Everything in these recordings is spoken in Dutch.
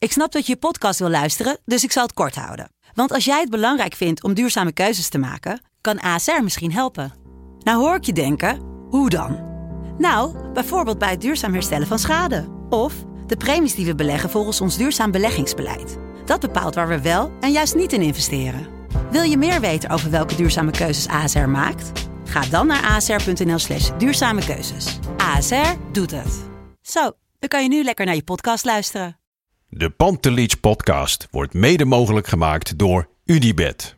Ik snap dat je podcast wil luisteren, dus ik zal het kort houden. Want als jij het belangrijk vindt om duurzame keuzes te maken, kan ASR misschien helpen. Nou hoor ik je denken, hoe dan? Nou, bijvoorbeeld bij het duurzaam herstellen van schade. Of de premies die we beleggen volgens ons duurzaam beleggingsbeleid. Dat bepaalt waar we wel en juist niet in investeren. Wil je meer weten over welke duurzame keuzes ASR maakt? Ga dan naar asr.nl/duurzame keuzes. ASR doet het. Zo, dan kan je nu lekker naar je podcast luisteren. De Pantelich podcast wordt mede mogelijk gemaakt door UdiBet.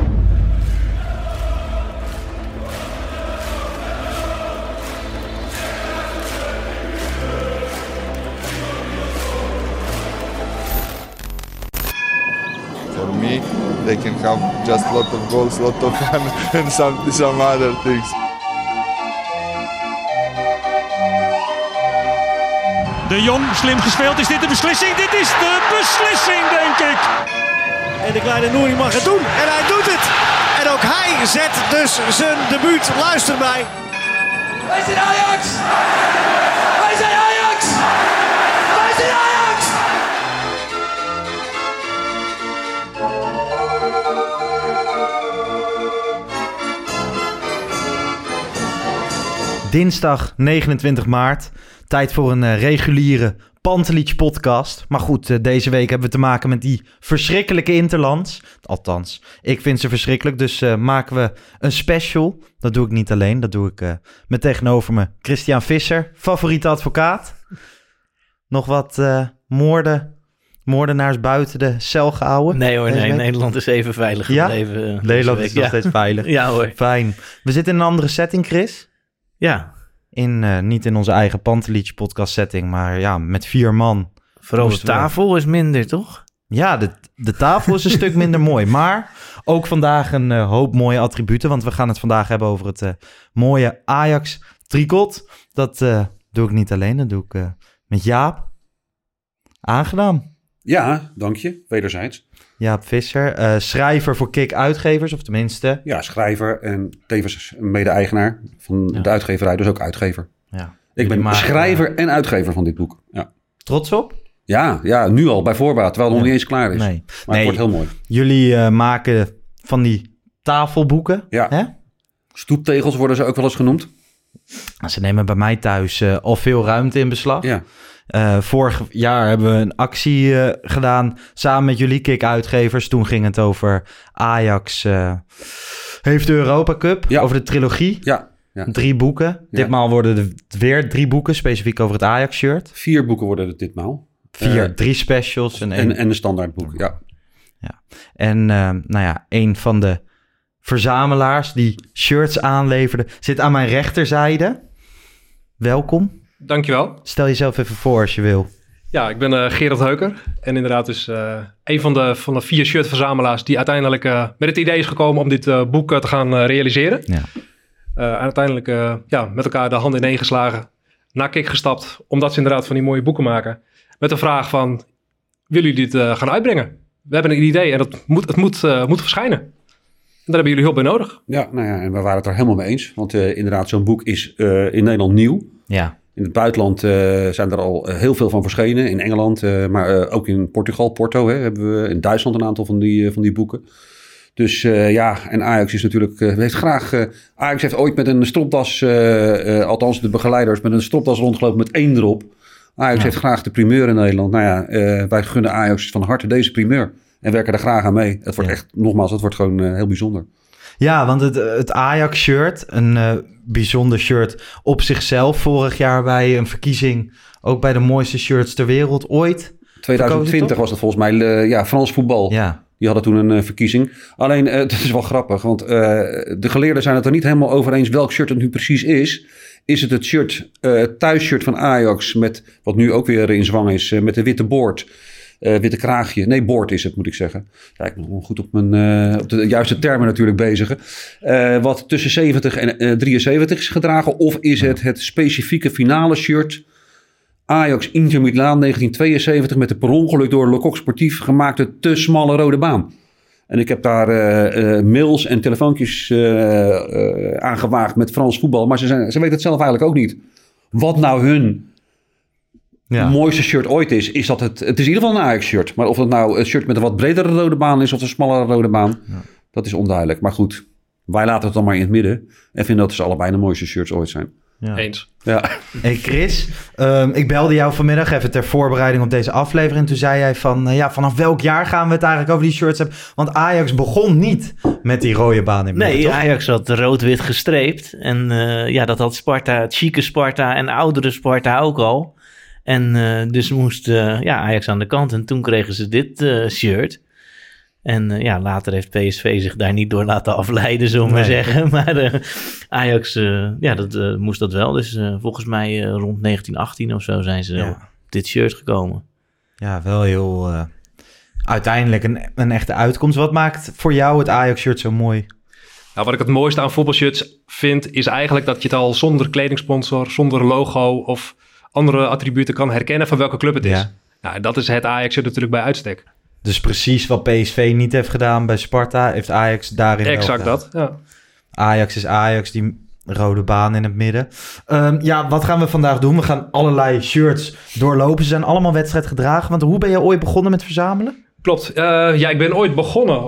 For me, they can have just a lot of goals, a lot of fun and some other things. De Jong, slim gespeeld. Is dit de beslissing? Dit is de beslissing, denk ik. En de kleine Nouri mag het doen. En hij doet het. En ook hij zet dus zijn debuut. Luister mij. Wij zijn Ajax! Wij zijn Ajax! Wij zijn Ajax! Dinsdag 29 maart. Tijd voor een reguliere Pantelich podcast. Maar goed, deze week hebben we te maken met die verschrikkelijke interlands. Althans, ik vind ze verschrikkelijk. Dus maken we een special. Dat doe ik niet alleen. Dat doe ik met tegenover me Christian Visser, favoriete advocaat. Nog wat moordenaars buiten de cel gehouden? Nee hoor, nee. Nederland is even veilig gebleven. Ja? Nederland is nog steeds veilig. Ja hoor. Fijn. We zitten in een andere setting, Chris. Ja. Niet in onze eigen Pantelich podcast setting, maar ja, met 4 man. Vooral de tafel is minder, toch? Ja, de tafel is een stuk minder mooi. Maar ook vandaag een hoop mooie attributen. Want we gaan het vandaag hebben over het mooie Ajax tricot. Dat doe ik niet alleen, dat doe ik met Jaap. Aangenaam. Ja, dank je. Wederzijds. Jaap Visser, schrijver voor Kik Uitgevers, of tenminste... Ja, schrijver en tevens mede-eigenaar van de uitgeverij, dus ook uitgever. Ja. Ik ben schrijver en uitgever van dit boek. Ja. Trots op? Ja, nu al, bij voorbaat, terwijl het nog niet eens klaar is. Nee. Maar het wordt heel mooi. Jullie maken van die tafelboeken. Ja. Hè? Stoeptegels worden ze ook wel eens genoemd. Ze nemen bij mij thuis al veel ruimte in beslag. Ja. Vorig jaar hebben we een actie gedaan samen met jullie Kik-uitgevers. Toen ging het over Ajax heeft de Europa Cup, over de trilogie. Ja. 3 boeken. Ja. Ditmaal worden er weer 3 boeken, specifiek over het Ajax-shirt. 4 boeken worden het ditmaal. 3 specials. En een standaardboek, ja. En een van de verzamelaars die shirts aanleverde zit aan mijn rechterzijde. Welkom. Dankjewel. Stel jezelf even voor als je wil. Ja, ik ben Gerard Heuker. En inderdaad dus een van de 4 shirtverzamelaars die uiteindelijk met het idee is gekomen om dit boek te gaan realiseren. Ja. En uiteindelijk met elkaar de handen ineen geslagen, naar Kik gestapt, omdat ze inderdaad van die mooie boeken maken. Met de vraag van, willen jullie dit gaan uitbrengen? We hebben een idee en het moet verschijnen. En daar hebben jullie hulp bij nodig. Ja, en we waren het er helemaal mee eens. Want inderdaad, zo'n boek is in Nederland nieuw. Ja. In het buitenland zijn er al heel veel van verschenen. In Engeland, maar ook in Portugal, Porto, hebben we in Duitsland een aantal van die boeken. Dus en Ajax is natuurlijk, Ajax heeft ooit met een stropdas, althans de begeleiders, met een stropdas rondgelopen met 1 erop. Ajax heeft graag de primeur in Nederland. Wij gunnen Ajax van harte deze primeur. En werken er graag aan mee. Het wordt echt, nogmaals, het wordt gewoon heel bijzonder. Ja, want het Ajax-shirt, een bijzonder shirt op zichzelf. Vorig jaar bij een verkiezing, ook bij de mooiste shirts ter wereld ooit. 2020 was dat volgens mij Frans voetbal. Ja. Die hadden toen een verkiezing. Alleen, het is wel grappig, want de geleerden zijn het er niet helemaal over eens welk shirt het nu precies is. Is het shirt, thuisshirt van Ajax met, wat nu ook weer in zwang is, met de witte boord. Witte kraagje. Nee, boord is het, moet ik zeggen. Ja, ik ben nog goed op de juiste termen natuurlijk bezig. Wat tussen 70 en 73 is gedragen. Of is het specifieke finale shirt Ajax Inter Milaan 1972 met de per ongeluk door Le Coq Sportief gemaakte te smalle rode baan. En ik heb daar mails en telefoontjes aangewaagd met Frans voetbal. Maar ze weten het zelf eigenlijk ook niet. Wat nou hun mooiste shirt ooit is dat het is in ieder geval een Ajax-shirt. Maar of het nou een shirt met een wat bredere rode baan is of een smallere rode baan, dat is onduidelijk. Maar goed, wij laten het dan maar in het midden en vinden dat ze allebei de mooiste shirts ooit zijn. Ja. Eens. Ja. Hey Chris, ik belde jou vanmiddag even ter voorbereiding op deze aflevering. Toen zei jij vanaf welk jaar gaan we het eigenlijk over die shirts hebben? Want Ajax begon niet met die rode baan in midden, Nee, toch? Ajax had rood-wit gestreept. En dat had Sparta, het chique Sparta en oudere Sparta ook al. En dus moest Ajax aan de kant. En toen kregen ze dit shirt. En later heeft PSV zich daar niet door laten afleiden, zullen we maar zeggen. Maar Ajax, moest dat wel. Dus volgens mij rond 1918 of zo zijn ze op dit shirt gekomen. Ja, wel heel uiteindelijk een echte uitkomst. Wat maakt voor jou het Ajax-shirt zo mooi? Nou, wat ik het mooiste aan voetbalshirts vind, is eigenlijk dat je het al zonder kledingsponsor, zonder logo of andere attributen kan herkennen van welke club het is. Ja. Nou, dat is het Ajax-shirt natuurlijk bij uitstek. Dus precies wat PSV niet heeft gedaan bij Sparta, heeft Ajax daarin wel exact gedaan. Dat, ja. Ajax is Ajax, die rode baan in het midden. Wat gaan we vandaag doen? We gaan allerlei shirts doorlopen. Ze zijn allemaal wedstrijdgedragen. Want hoe ben je ooit begonnen met verzamelen? Klopt. Ik ben ooit begonnen.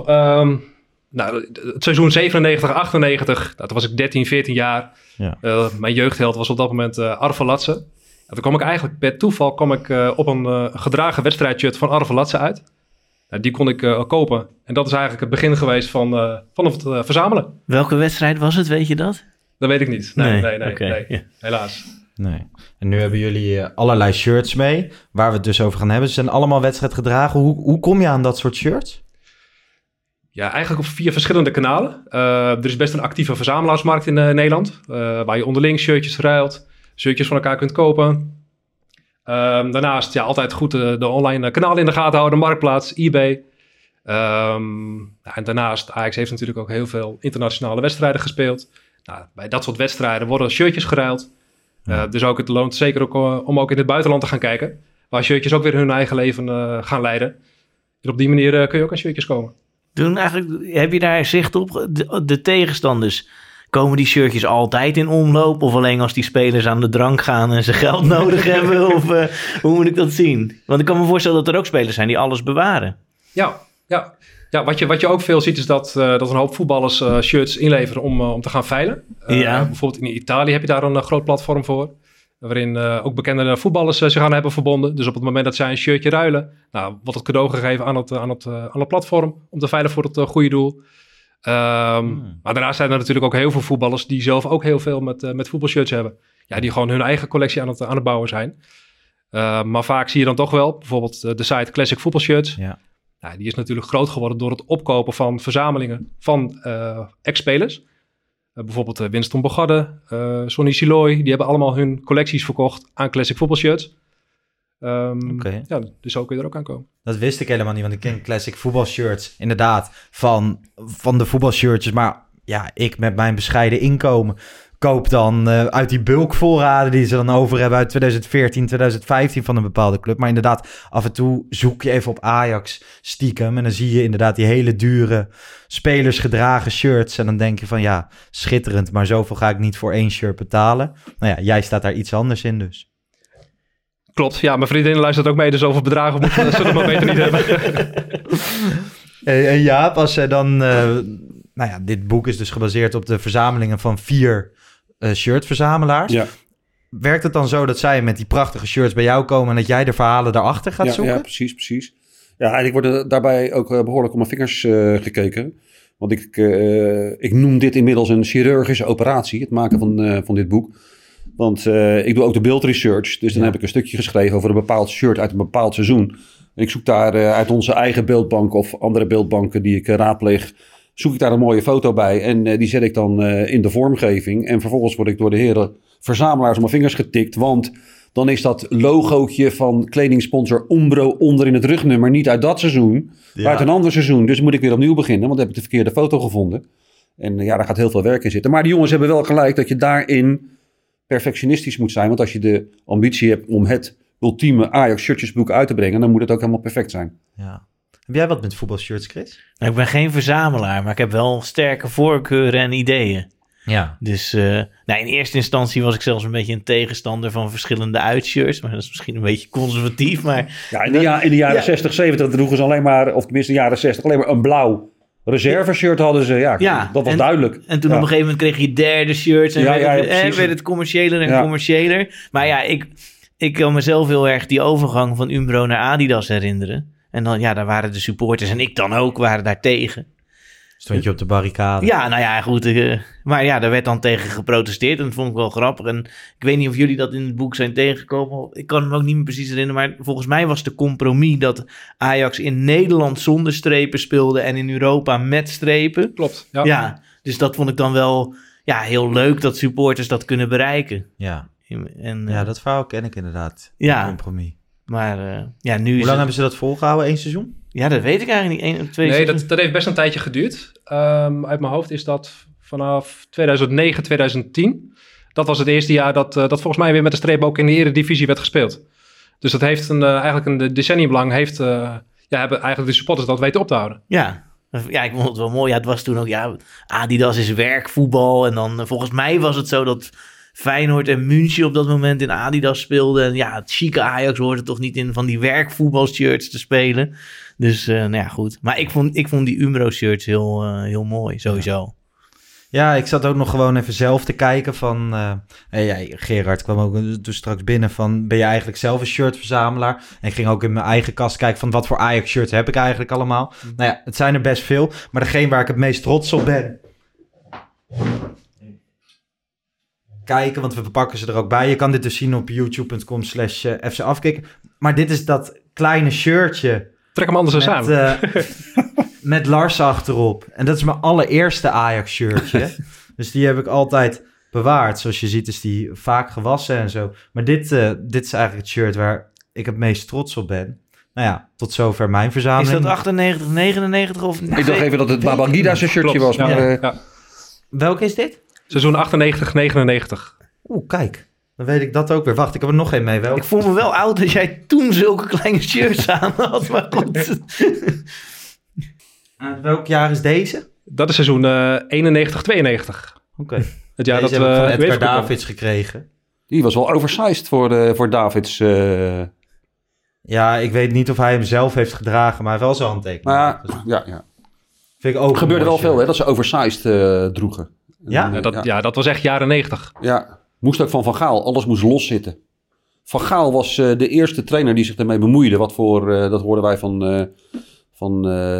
Het seizoen 97-98. Dat was ik 13, 14 jaar. Ja. Mijn jeugdheld was op dat moment Arve Latse. Toen kwam ik eigenlijk per toeval op een gedragen wedstrijdshirt van Arve Latse uit. Die kon ik kopen. En dat is eigenlijk het begin geweest van het verzamelen. Welke wedstrijd was het, weet je dat? Dat weet ik niet. Nee. Okay. Ja. Helaas. Nee. En nu hebben jullie allerlei shirts mee, waar we het dus over gaan hebben. Ze zijn allemaal wedstrijdgedragen. Hoe kom je aan dat soort shirts? Ja, eigenlijk via verschillende kanalen. Er is best een actieve verzamelaarsmarkt in Nederland. Waar je onderling shirtjes ruilt, shirtjes van elkaar kunt kopen. Daarnaast altijd goed de online kanalen in de gaten houden. Marktplaats, eBay. En daarnaast, Ajax heeft natuurlijk ook heel veel internationale wedstrijden gespeeld. Nou, bij dat soort wedstrijden worden shirtjes geruild. Dus ook het loont zeker ook om ook in het buitenland te gaan kijken. Waar shirtjes ook weer hun eigen leven gaan leiden. En op die manier kun je ook aan shirtjes komen. Heb je daar zicht op? De tegenstanders, komen die shirtjes altijd in omloop? Of alleen als die spelers aan de drank gaan en ze geld nodig hebben? Of hoe moet ik dat zien? Want ik kan me voorstellen dat er ook spelers zijn die alles bewaren. Ja, wat je ook veel ziet is dat een hoop voetballers shirts inleveren om te gaan veilen. Bijvoorbeeld in Italië heb je daar een groot platform voor. Waarin ook bekende voetballers zich aan hebben verbonden. Dus op het moment dat zij een shirtje ruilen, wordt het cadeau gegeven aan het platform om te veilen voor het goede doel. Maar daarnaast zijn er natuurlijk ook heel veel voetballers die zelf ook heel veel met voetbalshirts hebben. Ja, die gewoon hun eigen collectie aan het bouwen zijn. Maar vaak zie je dan toch wel, bijvoorbeeld de site Classic Football Shirts. Ja. Nou, die is natuurlijk groot geworden door het opkopen van verzamelingen van ex-spelers. Bijvoorbeeld Winston Bogarde, Sonny Siloy, die hebben allemaal hun collecties verkocht aan Classic Football Shirts. Dus zo kun je er ook aan komen. Dat wist ik helemaal niet, want ik ken Classic Football Shirts inderdaad van de voetbalshirtjes. Maar ja, ik met mijn bescheiden inkomen koop dan uit die bulkvoorraden die ze dan over hebben uit 2014, 2015 van een bepaalde club. Maar inderdaad, af en toe zoek je even op Ajax stiekem en dan zie je inderdaad die hele dure spelersgedragen shirts. En dan denk je van ja, schitterend, maar zoveel ga ik niet voor één shirt betalen. Nou ja, jij staat daar iets anders in dus. Klopt, ja, mijn vriendin luistert ook mee, dus over bedragen zullen we maar beter niet hebben. En Jaap, als zij dan... dit boek is dus gebaseerd op de verzamelingen van 4 shirtverzamelaars. Ja. Werkt het dan zo dat zij met die prachtige shirts bij jou komen en dat jij de verhalen daarachter gaat zoeken? Ja, precies. Ja, eigenlijk wordt daarbij ook behoorlijk op mijn vingers gekeken. Want ik noem dit inmiddels een chirurgische operatie, het maken van dit boek. Want ik doe ook de beeldresearch. Dus dan heb ik een stukje geschreven over een bepaald shirt uit een bepaald seizoen. En ik zoek daar uit onze eigen beeldbank of andere beeldbanken die ik raadpleeg, zoek ik daar een mooie foto bij. En die zet ik dan in de vormgeving. En vervolgens word ik door de heren verzamelaars op mijn vingers getikt. Want dan is dat logootje van kledingsponsor Umbro onder in het rugnummer niet uit dat seizoen, maar uit een ander seizoen. Dus dan moet ik weer opnieuw beginnen, want dan heb ik de verkeerde foto gevonden. En daar gaat heel veel werk in zitten. Maar die jongens hebben wel gelijk dat je daarin perfectionistisch moet zijn. Want als je de ambitie hebt om het ultieme Ajax shirtjesboek uit te brengen, dan moet het ook helemaal perfect zijn. Ja. Heb jij wat met voetbalshirts, Chris? Nou, ik ben geen verzamelaar, maar ik heb wel sterke voorkeuren en ideeën. Ja. Dus in eerste instantie was ik zelfs een beetje een tegenstander van verschillende uitshirts. Maar dat is misschien een beetje conservatief. Maar Ja, in de jaren 60, 70 droegen ze alleen maar, of tenminste de jaren 60, alleen maar een blauw reserve-shirt hadden ze. Dat was duidelijk. En toen op een gegeven moment kreeg je derde shirts. En werd het commerciëler en commerciëler. Maar ja, ik kan mezelf heel erg die overgang van Umbro naar Adidas herinneren. En dan, daar waren de supporters en ik dan ook, waren daar tegen. Stond je op de barricade? Ja, goed. Maar daar werd dan tegen geprotesteerd en dat vond ik wel grappig. En ik weet niet of jullie dat in het boek zijn tegengekomen. Ik kan me ook niet meer precies herinneren, maar volgens mij was de compromis dat Ajax in Nederland zonder strepen speelde en in Europa met strepen. Klopt, ja. Dus dat vond ik dan wel heel leuk dat supporters dat kunnen bereiken. Ja, en, dat verhaal ken ik inderdaad. Compromis. Maar nu Hoe lang hebben ze dat volgehouden? 1 seizoen? Ja, dat weet ik eigenlijk niet. 2 Nee, dat heeft best een tijdje geduurd. Uit mijn hoofd is dat vanaf 2009, 2010. Dat was het eerste jaar dat volgens mij weer met de streep ook in de Eredivisie werd gespeeld. Dus dat heeft eigenlijk een decennium lang hebben eigenlijk de supporters dat weten op te houden. Ja, ik vond het wel mooi. Ja, het was toen ook, Adidas is werkvoetbal. En dan volgens mij was het zo dat Feyenoord en München op dat moment in Adidas speelden. En het chique Ajax hoorde toch niet in van die werkvoetbalshirts te spelen. Dus goed. Maar ik vond die Umbro-shirts heel mooi, sowieso. Ja, ik zat ook nog gewoon even zelf te kijken van... Gerard kwam ook dus straks binnen van... Ben je eigenlijk zelf een shirtverzamelaar? En ik ging ook in mijn eigen kast kijken van... Wat voor Ajax-shirts heb ik eigenlijk allemaal? Nou ja, het zijn er best veel. Maar degene waar ik het meest trots op ben... Kijken, want we pakken ze er ook bij. Je kan dit dus zien op youtube.com/FCafkikken. Maar dit is dat kleine shirtje... Trek hem anders eens aan. Met Lars achterop. En dat is mijn allereerste Ajax-shirtje. Dus die heb ik altijd bewaard. Zoals je ziet is die vaak gewassen en zo. Maar dit is eigenlijk het shirt waar ik het meest trots op ben. Nou ja, tot zover mijn verzameling. Is dat 98, 99 of... Ik dacht even dat het Babangida zijn shirtje was. Maar, Welke is dit? Seizoen 98, 99. Oeh, kijk. Dan weet ik dat ook weer. Wacht, ik heb er nog één mee. Ik voel me wel oud dat jij toen zulke kleine shirts aan had. Maar goed. Welk jaar is deze? Dat is seizoen 91, 92. Oké. Het jaar deze dat we heb ik van Edgar Davids gekregen. Die was wel oversized voor Davids. Ja, ik weet niet of hij hem zelf heeft gedragen, maar wel zijn handtekening. Ja. Vind ik ook er gebeurde wel veel, hè, dat ze oversized droegen. Ja? Dat was echt jaren 90. Ja, moest ook van Gaal. Alles moest loszitten. Van Gaal was de eerste trainer die zich ermee bemoeide. Dat hoorden wij van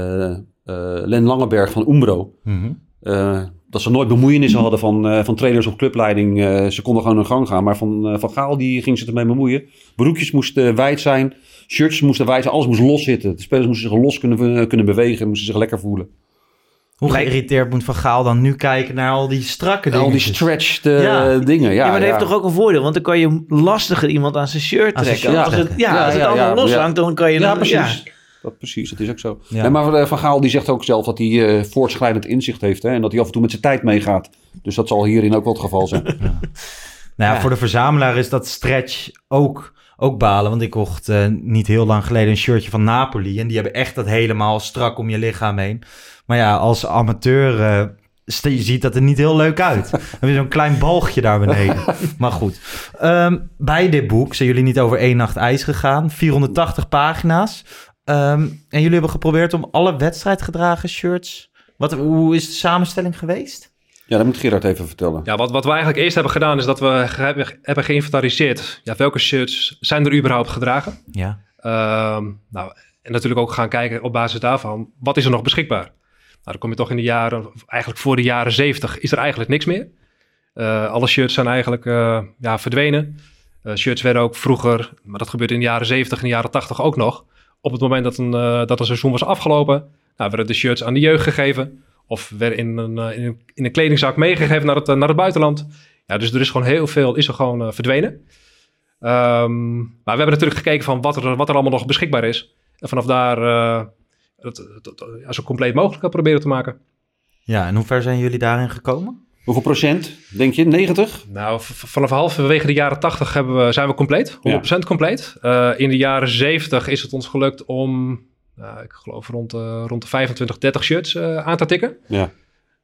Len Langeberg van Umbro. Mm-hmm. Dat ze nooit bemoeienissen hadden van trainers of clubleiding. Ze konden gewoon hun gang gaan. Maar van Gaal die ging zich ermee bemoeien. Broekjes moesten wijd zijn. Shirts moesten wijd zijn. Alles moest loszitten. De spelers moesten zich los kunnen bewegen. Moesten zich lekker voelen. Hoe geïrriteerd moet Van Gaal dan nu kijken naar al die strakke dingen? Al die stretched dingen. Ja, maar dat heeft toch ook een voordeel? Want dan kan je lastiger iemand aan zijn shirt trekken. Als het allemaal los hangt, dan kan je... Ja, precies. Precies, dat is ook zo. Ja. Maar Van Gaal die zegt ook zelf dat hij voortschrijdend inzicht heeft. Hè, en dat hij af en toe met zijn tijd meegaat. Dus dat zal hierin ook wel het geval zijn. Voor de verzamelaar is dat stretch ook balen. Want ik kocht niet heel lang geleden een shirtje van Napoli. En die hebben echt dat helemaal strak om je lichaam heen. Maar ja, als amateur ziet dat er niet heel leuk uit. Dan heb je zo'n klein balgje daar beneden. Maar goed. Bij dit boek zijn jullie niet over 1 nacht ijs gegaan. 480 pagina's. En jullie hebben geprobeerd om alle wedstrijdgedragen shirts... Hoe is de samenstelling geweest? Ja, dat moet Gerard even vertellen. Ja, wat we eigenlijk eerst hebben gedaan is dat we hebben geïnventariseerd. Ja, welke shirts zijn er überhaupt gedragen? Ja. En natuurlijk ook gaan kijken op basis daarvan, wat is er nog beschikbaar? Nou, dan kom je toch in de jaren, eigenlijk voor de jaren 70 is er eigenlijk niks meer. Alle shirts zijn eigenlijk verdwenen. Shirts werden ook vroeger, maar dat gebeurde in de jaren 70 en de jaren 80 ook nog. Op het moment dat een seizoen was afgelopen, werden de shirts aan de jeugd gegeven. Of werden in een kledingzak meegegeven naar het buitenland. Ja, dus er is gewoon heel veel verdwenen. Maar we hebben natuurlijk gekeken van wat er allemaal nog beschikbaar is. En vanaf daar zo compleet mogelijk proberen te maken. Ja, en hoe ver zijn jullie daarin gekomen? Hoeveel procent, denk je? 90? Nou, vanaf halverwege de jaren 80 zijn we compleet. 100% compleet. In de jaren 70 is het ons gelukt om... ik geloof rond de 25, 30 shirts aan te tikken. Ja.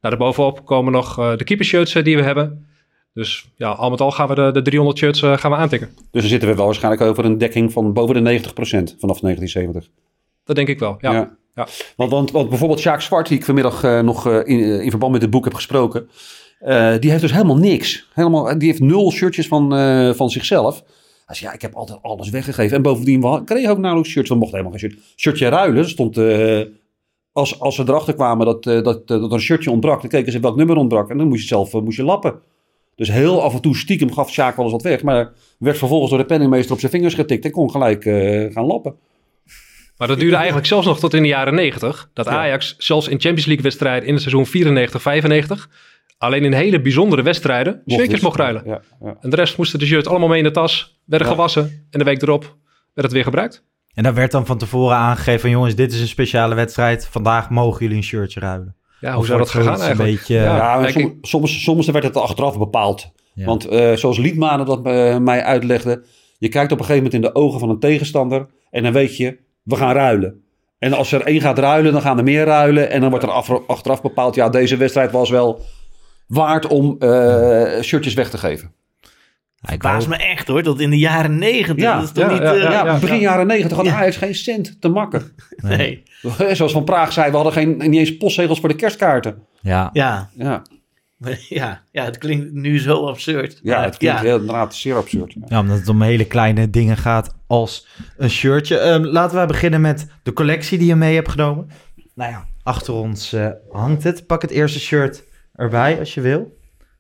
Daarbovenop komen nog de keepershirts die we hebben. Dus ja, al met al gaan we de 300 shirts gaan we aantikken. Dus dan zitten we wel waarschijnlijk over een dekking van boven de 90% vanaf 1970. Dat denk ik wel, ja. Want bijvoorbeeld Sjaak Zwart, die ik vanmiddag nog in verband met dit boek heb gesproken. Die heeft dus helemaal niks. Die heeft 0 shirtjes van zichzelf. Hij zei, ik heb altijd alles weggegeven. En bovendien, we kregen ook nauwelijks shirts. We mochten helemaal geen shirtje ruilen. Stond, als ze erachter kwamen dat er een shirtje ontbrak, dan keken ze welk nummer ontbrak. En dan moest je zelf lappen. Dus heel af en toe stiekem gaf Sjaak wel eens wat weg. Maar werd vervolgens door de penningmeester op zijn vingers getikt. En kon gelijk gaan lappen. Maar dat duurde eigenlijk zelfs nog tot in de jaren 90. Dat Ajax zelfs in Champions League wedstrijden in het seizoen 94-95... alleen in hele bijzondere wedstrijden shirtjes mocht ruilen. Ja. En de rest moesten de shirts allemaal mee in de tas. Werden gewassen. En de week erop werd het weer gebruikt. En daar werd dan van tevoren aangegeven van... jongens, dit is een speciale wedstrijd. Vandaag mogen jullie een shirtje ruilen. Ja, hoe zou dat gegaan eigenlijk? Een beetje, soms werd het achteraf bepaald. Ja. Want zoals Liedmanen dat mij uitlegde... je kijkt op een gegeven moment in de ogen van een tegenstander... en dan weet je, we gaan ruilen. En als er 1 gaat ruilen, dan gaan er meer ruilen... en dan wordt er achteraf bepaald... ja, deze wedstrijd was wel waard om shirtjes weg te geven. Het baast me echt hoor, tot in de jaren 90. Dat is toch niet, begin jaren 90 had Ajax geen cent te makken. Nee. Zoals Van Praag zei, we hadden niet eens postzegels voor de kerstkaarten. Ja, het klinkt nu zo absurd. Ja, het klinkt inderdaad zeer absurd. Ja, omdat het om hele kleine dingen gaat als een shirtje. Laten we beginnen met de collectie die je mee hebt genomen. Nou ja, achter ons hangt het. Pak het eerste shirt erbij als je wil.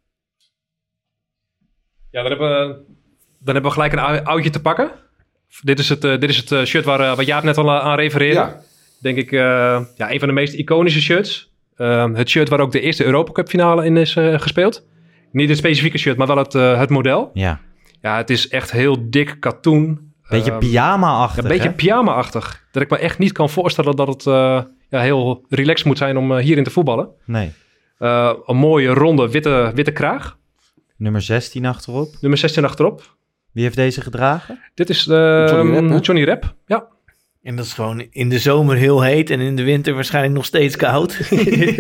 Ja, dan hebben we gelijk een oudje te pakken. Dit is het shirt waar Jaap net al aan refereerde. Ja. Denk ik een van de meest iconische shirts. Het shirt waar ook de eerste Europa Cup finale in is gespeeld. Niet het specifieke shirt, maar wel het model. Ja. Ja, het is echt heel dik katoen. Beetje pyjama-achtig. Een beetje pyjama-achtig. Dat ik me echt niet kan voorstellen dat het heel relaxed moet zijn om hierin te voetballen. Nee. Een mooie ronde witte kraag. Nummer 16 achterop. Nummer 16 achterop. Wie heeft deze gedragen? Dit is Johnny Rep, ja. En dat is gewoon in de zomer heel heet en in de winter waarschijnlijk nog steeds koud. Het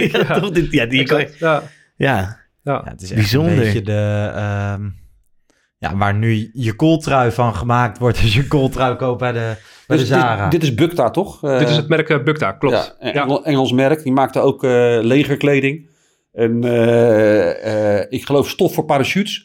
is echt bijzonder. Een beetje waar nu je kooltrui van gemaakt wordt als je een kooltrui koopt bij de Zara. Dit is Bukta, toch? Dit is het merk Bukta, klopt. Engels merk. Die maakte ook legerkleding. En ik geloof stof voor parachutes.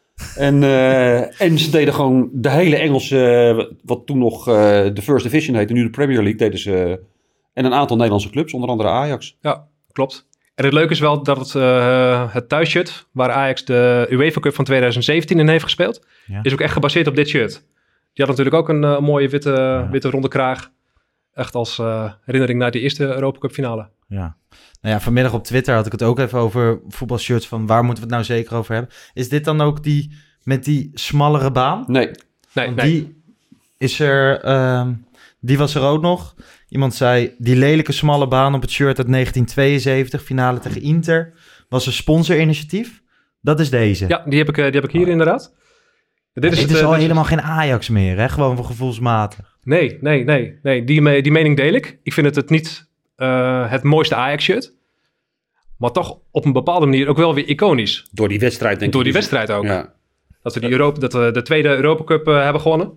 En ze deden gewoon de hele Engelse, wat toen nog de First Division heette, nu de Premier League, deden ze. En een aantal Nederlandse clubs, onder andere Ajax. Ja, klopt. En het leuke is wel dat het thuisshirt, waar Ajax de UEFA Cup van 2017 in heeft gespeeld, is ook echt gebaseerd op dit shirt. Die had natuurlijk ook een mooie witte ronde kraag. Echt als herinnering naar de eerste Europa Cup finale. Ja. Nou ja, vanmiddag op Twitter had ik het ook even over voetbalshirts. Van waar moeten we het nou zeker over hebben? Is dit dan ook die met die smallere baan? Nee. Die is er. Die was er ook nog. Iemand zei, die lelijke smalle baan op het shirt uit 1972, finale tegen Inter, was een sponsorinitiatief. Dat is deze. Ja, die heb ik hier inderdaad. Dit is al helemaal geen Ajax meer, hè? Gewoon voor gevoelsmatig. Nee. Die mening deel ik. Ik vind het niet het mooiste Ajax-shirt. Maar toch op een bepaalde manier ook wel weer iconisch. Door die wedstrijd, denk ik. Door die wedstrijd ook. Ja. Dat we de tweede Europa Cup hebben gewonnen.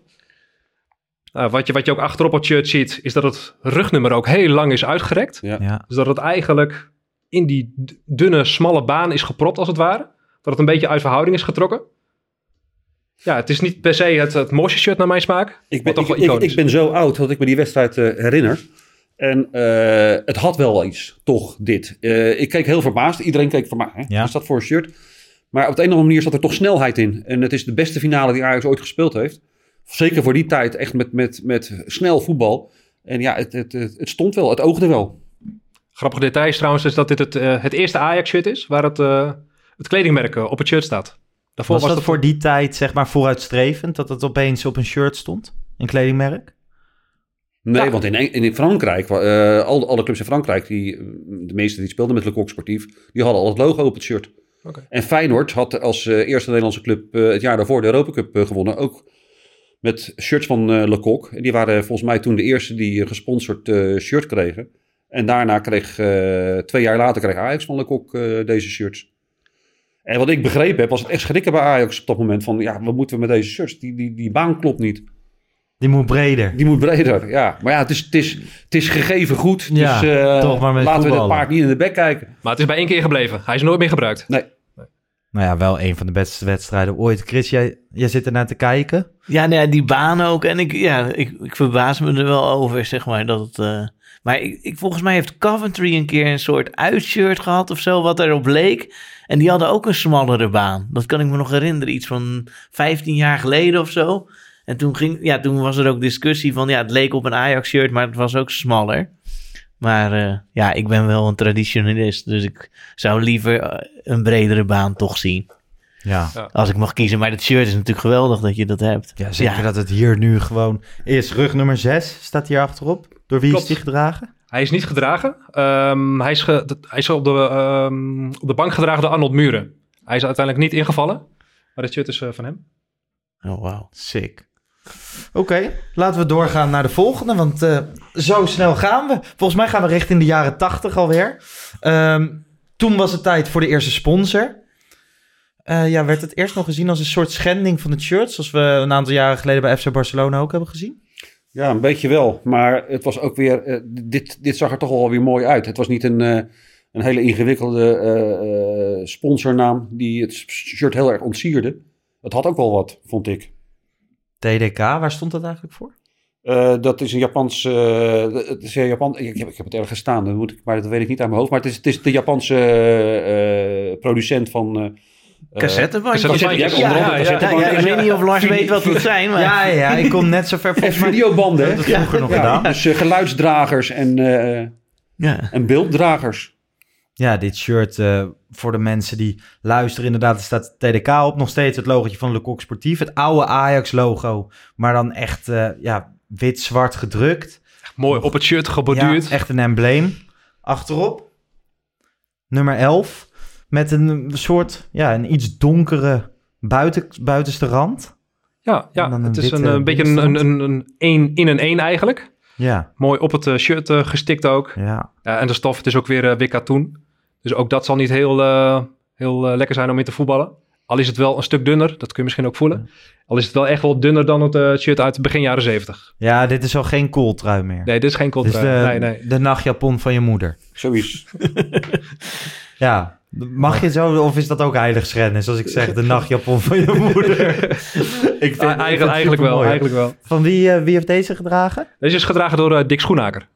Wat je ook achterop op het shirt ziet, is dat het rugnummer ook heel lang is uitgerekt. Ja. Dus dat het eigenlijk in die dunne, smalle baan is gepropt, als het ware. Dat het een beetje uit verhouding is getrokken. Ja, het is niet per se het mooiste shirt naar mijn smaak. Ik ben zo oud dat ik me die wedstrijd herinner. En het had wel iets, toch, dit. Ik keek heel verbaasd. Iedereen keek verbaasd. Wat is dat voor een shirt? Maar op de een of andere manier zat er toch snelheid in. En het is de beste finale die Ajax ooit gespeeld heeft. Zeker voor die tijd, echt met snel voetbal. En ja, het stond wel, het oogde wel. Grappig detail is trouwens is dat dit het eerste Ajax-shirt is, waar het kledingmerk op het shirt staat. Daarvoor was dat voor die tijd, zeg maar, vooruitstrevend, dat het opeens op een shirt stond? Een kledingmerk? Nee, want in Frankrijk, alle clubs in Frankrijk, de meeste die speelden met Le Coq Sportief, die hadden al het logo op het shirt. Okay. En Feyenoord had als eerste Nederlandse club het jaar daarvoor de Europa Cup gewonnen, ook met shirts van Le Coq. En die waren volgens mij toen de eerste die gesponsord shirt kregen. En daarna 2 jaar later kreeg Ajax van Le Coq deze shirts. En wat ik begrepen heb, was het echt schrikken bij Ajax op dat moment. Van ja, wat moeten we met deze shirts? Die baan klopt niet. Die moet breder. Ja. Maar ja, het is gegeven goed. Ja, dus toch maar met laten we voetballen. dat paard niet in de bek kijken. Maar het is bij 1 keer gebleven. Hij is nooit meer gebruikt. Nee. Nou ja, wel een van de beste wedstrijden ooit. Chris, jij zit er naar te kijken. Ja, nou ja, die baan ook. En ik verbaas me er wel over, zeg maar. Dat het, maar volgens mij heeft Coventry een keer een soort uitshirt gehad of zo, wat erop leek. En die hadden ook een smallere baan. Dat kan ik me nog herinneren. Iets van 15 jaar geleden of zo. En toen was er ook discussie van, ja, het leek op een Ajax-shirt, maar het was ook smaller. Maar ik ben wel een traditionalist, dus ik zou liever een bredere baan toch zien. Ja. Als ik mag kiezen. Maar het shirt is natuurlijk geweldig dat je dat hebt. Ja, zeker dat het hier nu gewoon is. Rug nummer 6 staat hier achterop. Door wie Klopt. is die gedragen? Hij is niet gedragen. Hij is op de bank gedragen door Arnold Muren. Hij is uiteindelijk niet ingevallen. Maar het shirt is van hem. Oh, wauw. Sick. Oké, laten we doorgaan naar de volgende, want zo snel gaan we. Volgens mij gaan we richting de jaren 80 alweer. Toen was het tijd voor de eerste sponsor. Werd het eerst nog gezien als een soort schending van het shirt, zoals we een aantal jaren geleden bij FC Barcelona ook hebben gezien? Ja, een beetje wel. Maar het was ook weer... dit zag er toch wel weer mooi uit. Het was niet een hele ingewikkelde sponsornaam die het shirt heel erg ontsierde. Het had ook wel wat, vond ik. TDK, waar stond dat eigenlijk voor? Dat is een Japans... ik heb het ergens staan, maar dat weet ik niet uit mijn hoofd. Maar het is de Japanse producent van... Cassettebandjes. Ik weet niet of Lars weet wat het zijn. Maar... Ja, ik kom net zo ver. En videobanden. Dat vroeger nog gedaan. Dus geluidsdragers en beelddragers. Ja, dit shirt voor de mensen die luisteren, inderdaad, er staat TDK op. Nog steeds het logotje van Le Coq Sportief. Het oude Ajax-logo, maar dan echt wit-zwart gedrukt. Mooi op het shirt geborduurd. Ja, echt een embleem. Achterop, nummer 11. Met een soort, een iets donkere buitenste rand. Ja, het is een beetje een 1 in een 1 eigenlijk. Ja. Mooi op het shirt gestikt ook. Ja. En de stof, het is ook weer wit katoen. Dus ook dat zal niet heel lekker zijn om in te voetballen. Al is het wel een stuk dunner, dat kun je misschien ook voelen. Al is het wel echt wel dunner dan het shirt uit begin jaren 70. Ja, dit is al geen kooltrui meer. Nee, dit is geen kooltrui. Nee. De nachtjapon van je moeder. Zoiets. Ja. Mag je zo, of is dat ook heiligschennis als ik zeg de nachtjapon van je moeder? Eigenlijk wel. Van wie heeft deze gedragen? Deze is gedragen door Dick Schoenaker.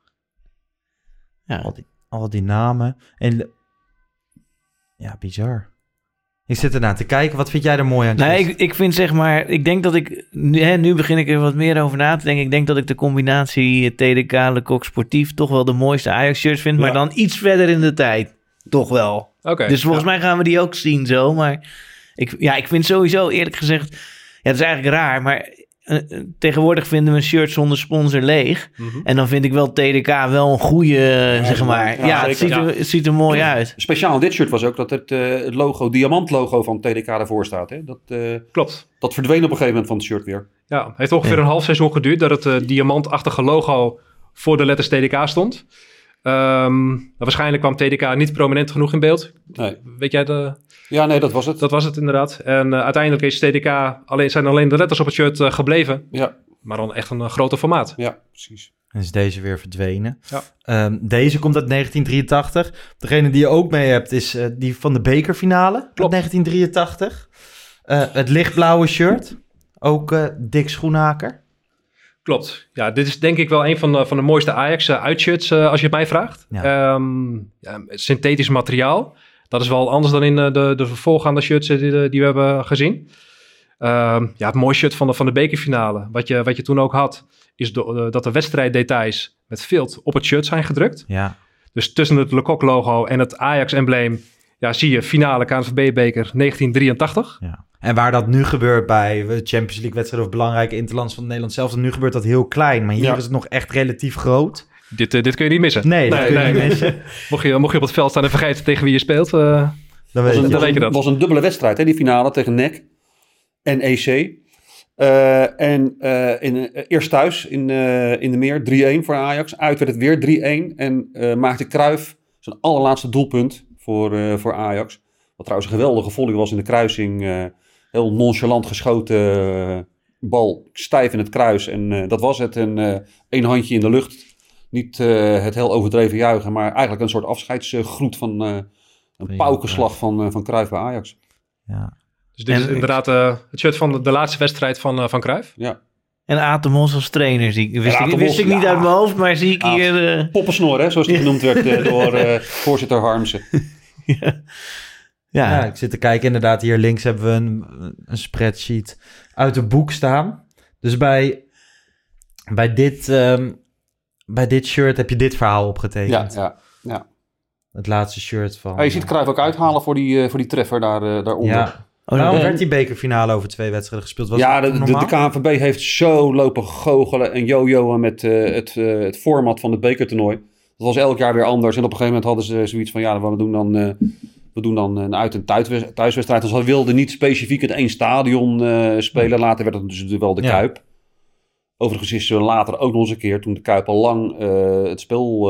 Ja. Al die namen. En ja, bizar. Ik zit ernaar te kijken. Wat vind jij er mooi aan? Nee, ik vind zeg maar... Ik denk dat ik... Nu begin ik er wat meer over na te denken. Ik denk dat ik de combinatie TDK, Le Coq Sportief toch wel de mooiste Ajax-shirts vind. Maar dan iets verder in de tijd. Toch wel. Okay, dus volgens mij gaan we die ook zien zo. Maar ik vind sowieso eerlijk gezegd... Ja, het is eigenlijk raar, maar... tegenwoordig vinden we een shirt zonder sponsor leeg. Mm-hmm. En dan vind ik wel TDK wel een goede, zeg maar. Ja, het ziet er mooi uit. Speciaal aan dit shirt was ook dat het diamantlogo van TDK ervoor staat. Hè? Klopt. Dat verdween op een gegeven moment van het shirt weer. Ja, het heeft ongeveer een half seizoen geduurd dat het diamantachtige logo voor de letters TDK stond. Waarschijnlijk kwam TDK niet prominent genoeg in beeld. Nee. Weet jij de... Ja, nee, dat was het. Dat was het inderdaad. En uiteindelijk is TDK zijn alleen de letters op het shirt gebleven. Ja. Maar dan echt een groter formaat. Ja, precies. En is deze weer verdwenen. Ja. Deze komt uit 1983. Degene die je ook mee hebt is die van de bekerfinale. Klopt. 1983. Het lichtblauwe shirt. Ook Dick Schoenaker. Klopt. Ja, dit is denk ik wel een van de mooiste Ajax uitshirts als je het mij vraagt. Ja. Synthetisch materiaal. Dat is wel anders dan in de voorgaande shirts die we hebben gezien. Het mooie shirt van de bekerfinale. Wat je toen ook had, is dat de wedstrijddetails met vilt op het shirt zijn gedrukt. Ja. Dus tussen het Le Coq logo en het Ajax-embleem... Ja, zie je finale KNVB-beker 1983. Ja. En waar dat nu gebeurt bij Champions League-wedstrijden... of belangrijke interlands van Nederland zelf... nu gebeurt dat heel klein, maar hier is het nog echt relatief groot... Dit kun je niet missen. Nee, dat kun je niet missen. Mocht je op het veld staan en vergeten tegen wie je speelt, dan weet je dat. Het was een dubbele wedstrijd, hè, die finale tegen NEC en EC. Eerst thuis in de Meer 3-1 voor Ajax. Uit werd het weer 3-1 en maakte Cruijff zijn allerlaatste doelpunt voor Ajax. Wat trouwens een geweldige volley was in de kruising. Heel nonchalant geschoten bal, stijf in het kruis. En dat was het. En 1 handje in de lucht. Niet het heel overdreven juichen, maar eigenlijk een soort afscheidsgroet van een paukenslag van Cruijff bij Ajax. Ja. Dus dit is inderdaad het shirt van de laatste wedstrijd van Cruijff. Ja. En Atemos als trainer wist ik niet uit mijn hoofd, maar zie ik hier... Poppensnor, hè, zoals die genoemd werd door voorzitter Harmsen. Ja, ik zit te kijken. Inderdaad, hier links hebben we een spreadsheet uit het boek staan. Dus bij dit shirt heb je dit verhaal opgetekend. Ja. Het laatste shirt van... Je ziet Cruijff ook uithalen voor die treffer daaronder. Ja. Waarom werd die bekerfinale over 2 wedstrijden gespeeld? De KNVB heeft zo lopen goochelen en jojoen met het format van het bekertoernooi. Dat was elk jaar weer anders. En op een gegeven moment hadden ze zoiets van... we doen dan een uit- en thuiswedstrijd. Dus we wilden niet specifiek het 1 stadion spelen. Later werd het dus wel de Kuip. Overigens is later ook nog eens een keer... toen de Kuip al lang het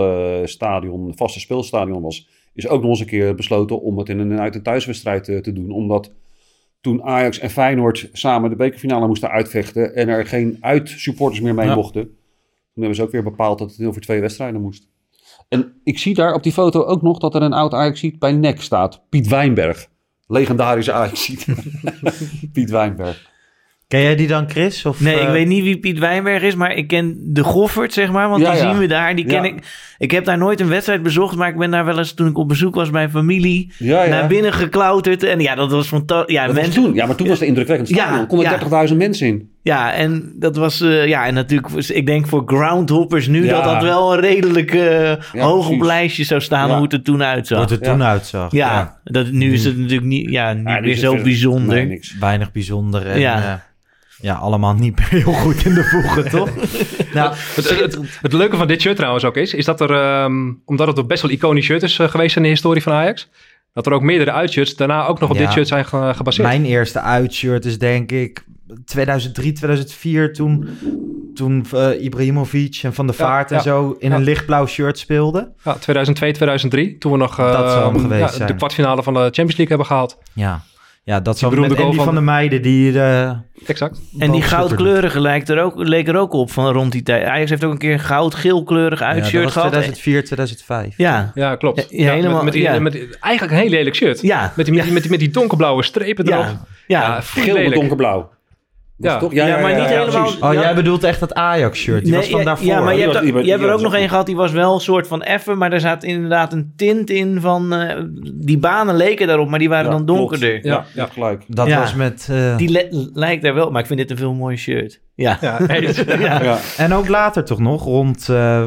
vaste speelstadion was... is ook nog eens een keer besloten om het in een uit- en thuiswedstrijd te doen. Omdat toen Ajax en Feyenoord samen de bekerfinale moesten uitvechten... en er geen uitsupporters meer mee mochten... toen hebben ze ook weer bepaald dat het over 2 wedstrijden moest. En ik zie daar op die foto ook nog dat er een oud Ajaxiet bij NEC staat. Piet Wijnberg. Legendarische Ajaxiet. Piet Wijnberg. Ken jij die dan, Chris? Of, nee, ik weet niet wie Piet Wijnberg is, maar ik ken de Goffert, zeg maar. Want die zien we daar, die ken ik. Ik heb daar nooit een wedstrijd bezocht, maar ik ben daar wel eens, toen ik op bezoek was bij familie, naar binnen geklauterd. En dat was fantastisch. Maar toen was het indrukwekkend stadion. Er konden 30.000 mensen in. Ja, en dat was, en natuurlijk, ik denk voor groundhoppers nu dat wel een redelijk hoog op lijstje zou staan hoe het er toen uitzag. Wat het toen uitzag. Nu is het natuurlijk niet meer zo bijzonder. Nee, niks. Weinig bijzonder. En, allemaal niet meer heel goed in de voegen, toch? Nou, het leuke van dit shirt trouwens ook is dat er, omdat het een best wel iconisch shirt is geweest in de historie van Ajax, dat er ook meerdere uitshirts daarna ook nog op dit shirt zijn gebaseerd. Mijn eerste uitshirt is denk ik 2003, 2004, toen Ibrahimovic en Van der Vaart en zo in een lichtblauw shirt speelden. Ja, 2002, 2003, toen we nog de kwartfinale van de Champions League hebben gehaald. Ja, dat zal met Andy van der Meijden die... Exact. En die goudkleurige leek er ook op van rond die tijd. Ajax heeft ook een keer een goud-geel-kleurig uitshirt gehad. 2004, 2005. Ja, klopt. Helemaal, met eigenlijk een heel lelijk shirt. Ja. Met die donkerblauwe strepen erop. Geel met donkerblauw. Maar niet helemaal... jij bedoelt echt dat Ajax-shirt. Die was van daarvoor. Ja, maar je hebt er ook nog een gehad, die was wel een soort van effen, maar daar zat inderdaad een tint in van... die banen leken daarop, maar die waren dan donkerder. Ja, gelijk. Dat was met... Die lijkt daar wel, maar ik vind dit een veel mooier shirt. Ja. En ook later toch nog, rond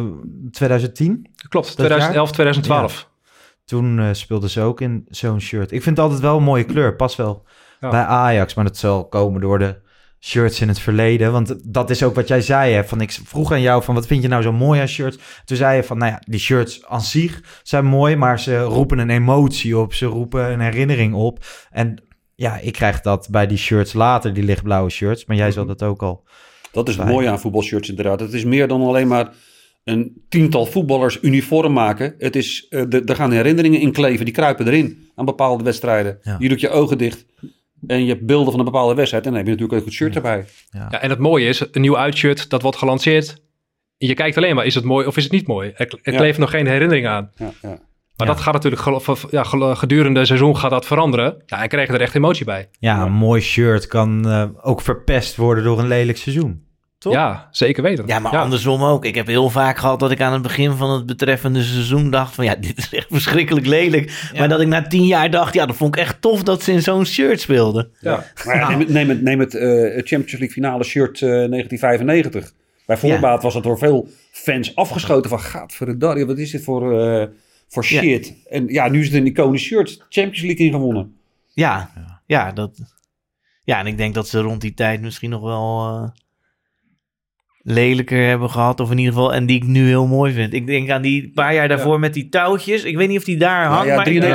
2010? Klopt, 2011, 2012. Ja. Toen speelden ze ook in zo'n shirt. Ik vind het altijd wel een mooie kleur, pas wel bij Ajax, maar dat zal komen door de shirts in het verleden. Want dat is ook wat jij zei. Hè? Van, ik vroeg aan jou van wat vind je nou zo mooi aan shirts? Toen zei je van die shirts aan zich zijn mooi, maar ze roepen een emotie op. Ze roepen een herinnering op. En ik krijg dat bij die shirts later, die lichtblauwe shirts. Maar jij zal dat ook al. Dat is het mooie aan voetbalshirts inderdaad. Het is meer dan alleen maar een 10-tal voetballers uniform maken. Het is, er gaan herinneringen in kleven. Die kruipen erin aan bepaalde wedstrijden. Ja. Je doet je ogen dicht. En je hebt beelden van een bepaalde wedstrijd. En dan heb je natuurlijk ook het shirt erbij. Ja, en het mooie is, een nieuw uitshirt, dat wordt gelanceerd. Je kijkt alleen maar, is het mooi of is het niet mooi? Er kleeft nog geen herinnering aan. Maar dat gaat natuurlijk gedurende het seizoen gaat dat veranderen. Ja, en krijg je er echt emotie bij. Ja, een mooi shirt kan ook verpest worden door een lelijk seizoen. Toch? Ja, zeker weten. Ja, maar andersom ook. Ik heb heel vaak gehad dat ik aan het begin van het betreffende seizoen dacht van dit is echt verschrikkelijk lelijk. Ja. Maar dat ik na 10 jaar dacht, dat vond ik echt tof dat ze in zo'n shirt speelden. Ja. Maar neem het Champions League finale shirt 1995. Bij voorbaat was het door veel fans afgeschoten van gadverdamme, wat is dit voor shit. Ja. En nu is het een iconisch shirt. Champions League ingewonnen. Ja, en ik denk dat ze rond die tijd misschien nog wel... lelijker hebben gehad. Of in ieder geval, en die ik nu heel mooi vind. Ik denk aan die paar jaar daarvoor met die touwtjes. Ik weet niet of die daar hangt.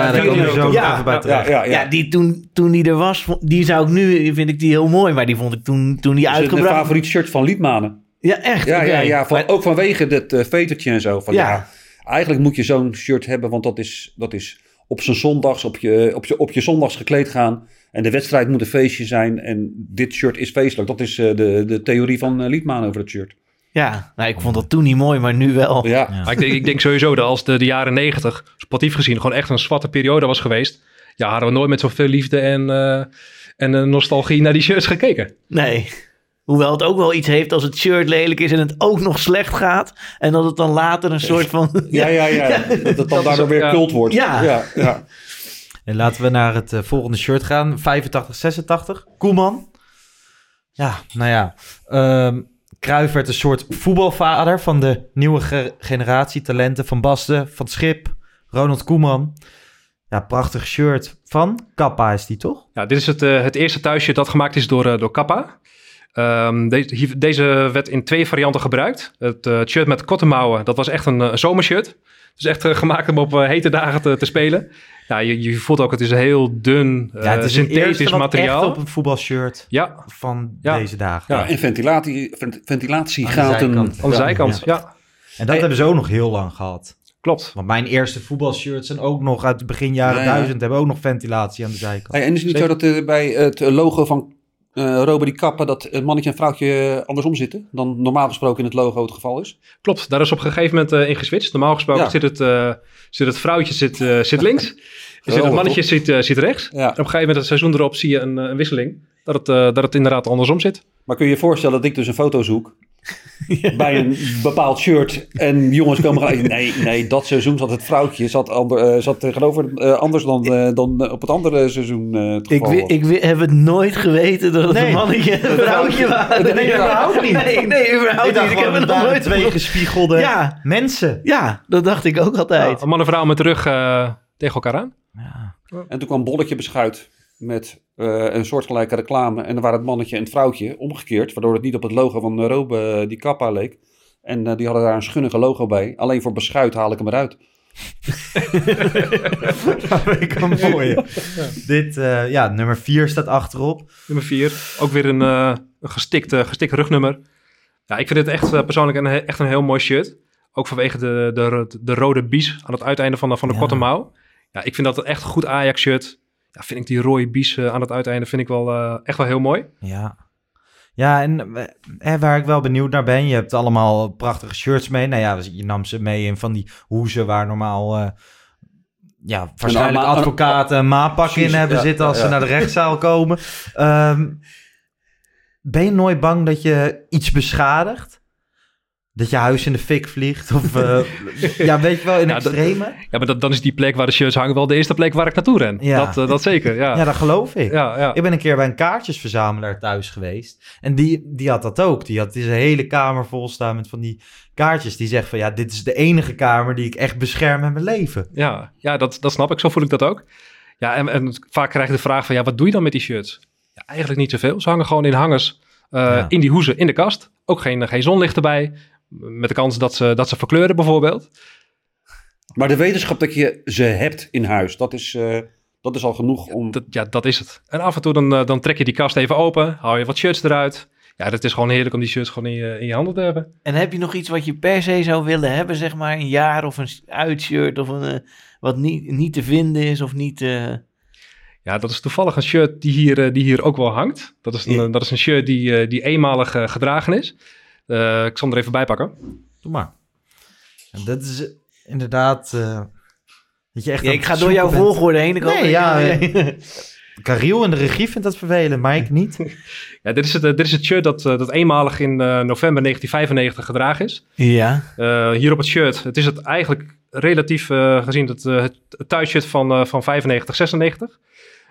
Ja, die toen die er was, die zou ik nu, vind ik die heel mooi. Maar die vond ik toen die uitgebracht. Het is een favoriet shirt van Liedmanen. Ja, echt? Ja, ook vanwege dat vetertje en zo. Eigenlijk moet je zo'n shirt hebben, want dat is op zijn zondags, op je zondags gekleed gaan. En de wedstrijd moet een feestje zijn. En dit shirt is feestelijk. Dat is de theorie van Liedman over het shirt. Ja, nou, ik vond dat toen niet mooi, maar nu wel. Ja. Maar ik denk sowieso dat als de jaren 90, sportief gezien, gewoon echt een zwarte periode was geweest. Ja, hadden we nooit met zoveel liefde en nostalgie naar die shirts gekeken. Nee. Hoewel het ook wel iets heeft als het shirt lelijk is en het ook nog slecht gaat. En dat het dan later een soort van... Ja. Dat het dan daardoor weer cult wordt. Ja. En laten we naar het volgende shirt gaan. 85-86. Koeman. Ja, nou ja. Cruijff werd een soort voetbalvader van de nieuwe generatie talenten. Van Basten, Van Schip, Ronald Koeman. Ja, prachtig shirt van Kappa is die, toch? Ja, dit is het eerste thuisshirt dat gemaakt is door Kappa. Deze werd in 2 varianten gebruikt. Het shirt met kottenmouwen, dat was echt een zomershirt. Dus echt gemaakt om op hete dagen te spelen. Ja, je voelt ook, het is een heel dun, het is synthetisch materiaal. Echt op een voetbalshirt van deze dagen. Ja, en ventilatiegaten aan de zijkant. Ja. En dat hebben ze ook nog heel lang gehad. Klopt. Want mijn eerste voetbalshirts zijn ook nog uit het begin jaren 1000... hebben ook nog ventilatie aan de zijkant. En is het niet zo dat bij het logo van Robert die Kappa dat een mannetje en vrouwtje andersom zitten dan normaal gesproken in het logo het geval is? Klopt, daar is op een gegeven moment in geswitcht. Normaal gesproken zit het vrouwtje zit links. Het mannetje zit rechts. Ja. En op een gegeven moment het seizoen erop zie je een wisseling. Dat het inderdaad andersom zit. Maar kun je je voorstellen dat ik dus een foto zoek bij een bepaald shirt en jongens komen gelijk... Nee, dat seizoen zat het vrouwtje zat tegenover anders dan op het andere seizoen het geval was. Ik heb het nooit geweten dat het een mannetje en een vrouwtje waren. Nee, überhaupt niet. Nee, überhaupt niet. Ik heb het nog nooit 2 gespiegelde mensen. Ja, dat dacht ik ook altijd. Een man en vrouw met de rug tegen elkaar aan. Ja. En toen kwam Bolletje Beschuit met een soortgelijke reclame. En dan waren het mannetje en het vrouwtje omgekeerd. Waardoor het niet op het logo van Robe die Kappa leek. En die hadden daar een schunnige logo bij. Alleen voor Beschuit haal ik hem eruit. Dat vind ik wel mooi. Dit, nummer 4 staat achterop. Nummer 4. Ook weer een gestikt rugnummer. Ja, ik vind het echt persoonlijk echt een heel mooi shirt. Ook vanwege de rode bies aan het uiteinde van de kottenmouw. Ja, ik vind dat echt een goed Ajax shirt. Ja, vind ik die rode bies aan het uiteinde vind ik wel echt wel heel mooi. Ja, en waar ik wel benieuwd naar ben, je hebt allemaal prachtige shirts mee. Nou ja, je nam ze mee in van die hoezen waar normaal waarschijnlijk advocaten een maatpak in hebben zitten als ze naar de rechtszaal komen. Ben je nooit bang dat je iets beschadigt? Dat je huis in de fik vliegt? Of weet je wel, in extreme? Ja, maar dan is die plek waar de shirts hangen wel de eerste plek waar ik naartoe ren. Ja. Dat zeker, ja. Ja, dat geloof ik. Ja. Ik ben een keer bij een kaartjesverzamelaar thuis geweest. En die had dat ook. Die had een hele kamer vol staan met van die kaartjes. Die zegt van, dit is de enige kamer die ik echt bescherm in mijn leven. Ja, dat snap ik. Zo voel ik dat ook. Ja, en vaak krijg je de vraag van, wat doe je dan met die shirts? Ja, eigenlijk niet zoveel. Ze hangen gewoon in hangers in die hoezen in de kast. Ook geen zonlicht erbij. Met de kans dat ze verkleuren bijvoorbeeld. Maar de wetenschap dat je ze hebt in huis, dat is al genoeg om... Dat is het. En af en toe dan trek je die kast even open, haal je wat shirts eruit. Ja, dat is gewoon heerlijk om die shirts gewoon in je handen te hebben. En heb je nog iets wat je per se zou willen hebben, zeg maar een jaar of een uitshirt of wat niet te vinden is of niet... Ja, dat is toevallig een shirt die hier ook wel hangt. Dat is een shirt die eenmalig gedragen is. Ik zal hem er even bij pakken. Doe maar. En dat is inderdaad... dat je echt ik ga door jouw volgorde heen. Kariel in de regie vindt dat vervelend, maar ik niet. Ja, dit is het shirt dat eenmalig in november 1995 gedragen is. Ja. Hier op het shirt, het is het eigenlijk relatief gezien het thuisshirt van 95, 96.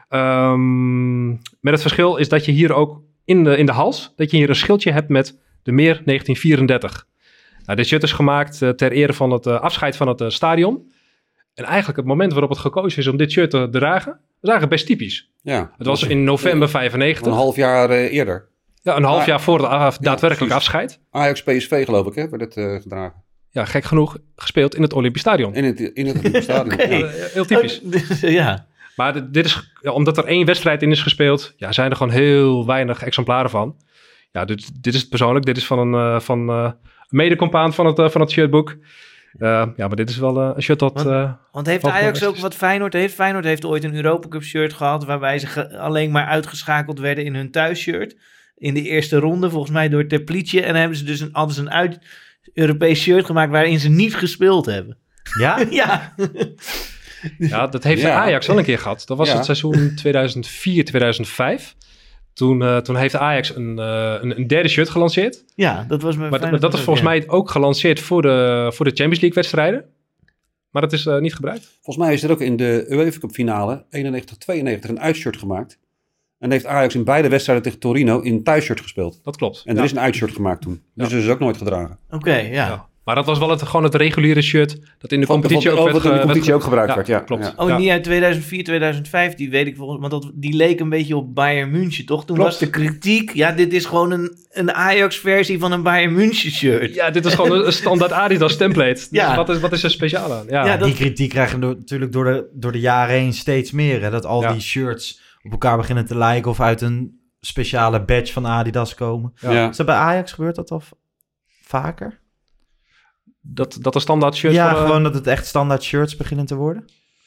Met het verschil is dat je hier ook in de hals, dat je hier een schildje hebt met de meer 1934. Nou, dit shirt is gemaakt ter ere van het afscheid van het stadion. En eigenlijk het moment waarop het gekozen is om dit shirt te dragen, was eigenlijk best typisch. Ja, het was in november 95. Een half jaar eerder. Ja, een half jaar voor het daadwerkelijk afscheid. Ajax PSV geloof ik, hè, werd het gedragen. Ja, gek genoeg gespeeld in het Olympisch Stadion. In het Olympisch Stadion. Okay. Ja, heel typisch. Ja. Maar dit is, omdat er 1 wedstrijd in is gespeeld, zijn er gewoon heel weinig exemplaren van. Ja, dit is het persoonlijk. Dit is van een mede-compaan van het shirtboek. Maar dit is wel een shirt dat... Want heeft Ajax ook wat Feyenoord heeft? Feyenoord heeft ooit een Europa Cup shirt gehad, waarbij ze alleen maar uitgeschakeld werden in hun thuisshirt. In de eerste ronde, volgens mij door Teplice. En dan hebben ze dus een Europees shirt gemaakt waarin ze niet gespeeld hebben. Ja? Ja. Ja, dat heeft Ajax wel een keer gehad. Dat was het seizoen 2004-2005. Toen heeft Ajax een derde shirt gelanceerd. Ja, dat was mijn... Maar dat is volgens mij ook gelanceerd voor de Champions League wedstrijden. Maar dat is niet gebruikt. Volgens mij is er ook in de UEFA Cup finale 91-92 een uitshirt gemaakt. En heeft Ajax in beide wedstrijden tegen Torino in thuisshirt gespeeld. Dat klopt. En er is een uitshirt gemaakt toen. Dus dat is ook nooit gedragen. Oké, ja. Maar dat was wel gewoon het reguliere shirt dat in de competitie ook gebruikt werd. Ja, klopt. Ja. Oh, die uit 2004, 2005, die weet ik volgens mij. Want die leek een beetje op Bayern München, toch? Toen was de kritiek, dit is gewoon een Ajax-versie van een Bayern München shirt. Ja, dit is gewoon een standaard Adidas template. Ja. Dus wat is er speciaal aan? Ja, die kritiek krijgen natuurlijk door de jaren heen steeds meer. Hè? Dat al die shirts op elkaar beginnen te lijken of uit een speciale badge van Adidas komen. Ja. Is dat bij Ajax gebeurt dat al vaker? Dat de standaard shirts... Ja, gewoon dat het echt standaard shirts beginnen te worden?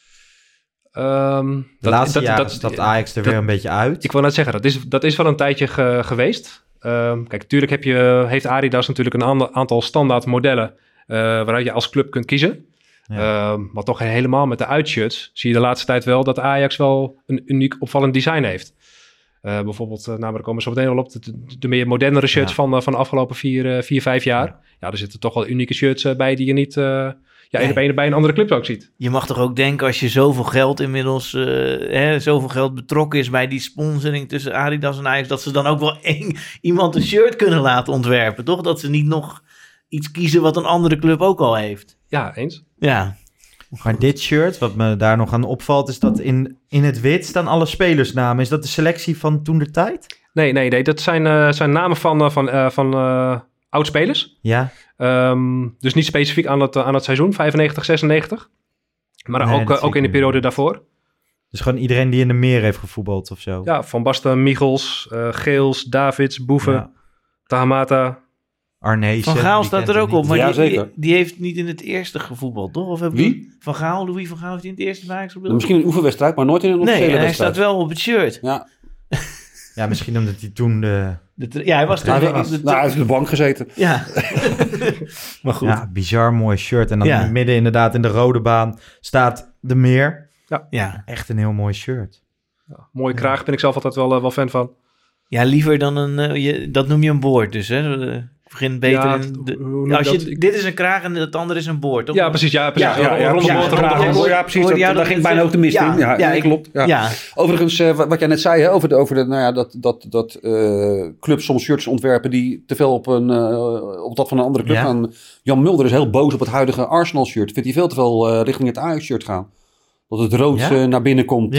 De laatste jaren stapt Ajax er weer een beetje uit. Ik wil net zeggen, dat is wel een tijdje geweest. Kijk, natuurlijk heeft Adidas natuurlijk een aantal standaard modellen waaruit je als club kunt kiezen. Ja. Maar toch helemaal met de uitshirts zie je de laatste tijd wel dat Ajax wel een uniek opvallend design heeft. Bijvoorbeeld, daar komen ze zo meteen wel op, de meer modernere shirts van de afgelopen 4-5 jaar. Ja, er zitten toch wel unieke shirts bij die je niet bij een andere club ook ziet. Je mag toch ook denken als je zoveel geld inmiddels, zoveel geld betrokken is bij die sponsoring tussen Adidas en Ajax, dat ze dan ook wel iemand een shirt kunnen laten ontwerpen, toch? Dat ze niet nog iets kiezen wat een andere club ook al heeft. Ja, eens. Ja. Maar dit shirt, wat me daar nog aan opvalt, is dat in het wit staan alle spelersnamen. Is dat de selectie van toen de tijd? Nee. Dat zijn namen van oud-spelers. Ja. Dus niet specifiek aan het seizoen, 95, 96. Maar ook in de periode daarvoor. Dus gewoon iedereen die in de meer heeft gevoetbald of zo? Ja, Van Basten, Michels, Geels, Davids, Boeven, Tahamata... Arnezen. Van Gaal staat er ook op, maar ja, die heeft niet in het eerste gevoetbald, toch? Of Wie? Van Gaal, Louis van Gaal heeft in het eerste Ajax gevoetbald. Misschien een oefenwedstrijd, maar nooit in een officiële wedstrijd. Nee, hij staat wel op het shirt. Ja. Ja, misschien omdat hij toen hij was hij heeft op de bank gezeten. Ja. Maar goed. Ja, bizar mooi shirt. En dan midden inderdaad in de rode baan staat de meer. Ja. Echt een heel mooi shirt. Ja, mooie kraag, ben ik zelf altijd wel fan van. Ja, liever dan dat noem je een boord dus, hè? Begint beter dit is een kraag en het andere is een boord, toch? Ja, precies. Ja, precies. Ja, precies. Daar ging bijna ook de mist in. Ja, klopt. Ja. Overigens, wat jij net zei, hè, over dat clubs soms shirts ontwerpen die te veel op dat van een andere club gaan. Jan Mulder is heel boos op het huidige Arsenal shirt. Vindt hij veel te veel richting het Ajax shirt gaan. Dat het rood naar binnen komt.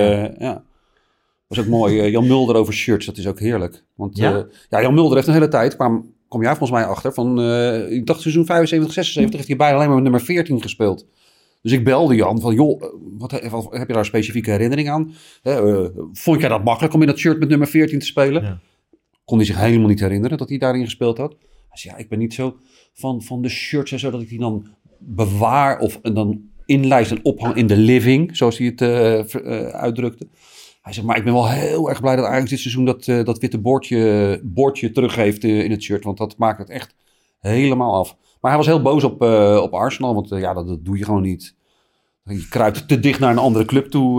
Dat is ook mooi. Jan Mulder over shirts, dat is ook heerlijk. Want Jan Mulder heeft een hele tijd, kom jij volgens mij achter, van ik dacht seizoen 75, 76 heeft hij bijna alleen maar met nummer 14 gespeeld. Dus ik belde Jan van, joh, wat heb je daar een specifieke herinnering aan? Vond jij dat makkelijk om in dat shirt met nummer 14 te spelen? Ja. Kon hij zich helemaal niet herinneren dat hij daarin gespeeld had. Hij zei, ik ben niet zo van de shirts en zo dat ik die dan bewaar of dan inlijst en ophang in de living, zoals hij het uitdrukte. Hij zegt, maar ik ben wel heel erg blij dat Ajax dit seizoen dat witte bordje teruggeeft in het shirt. Want dat maakt het echt helemaal af. Maar hij was heel boos op Arsenal. Want dat doe je gewoon niet. Je kruipt te dicht naar een andere club toe.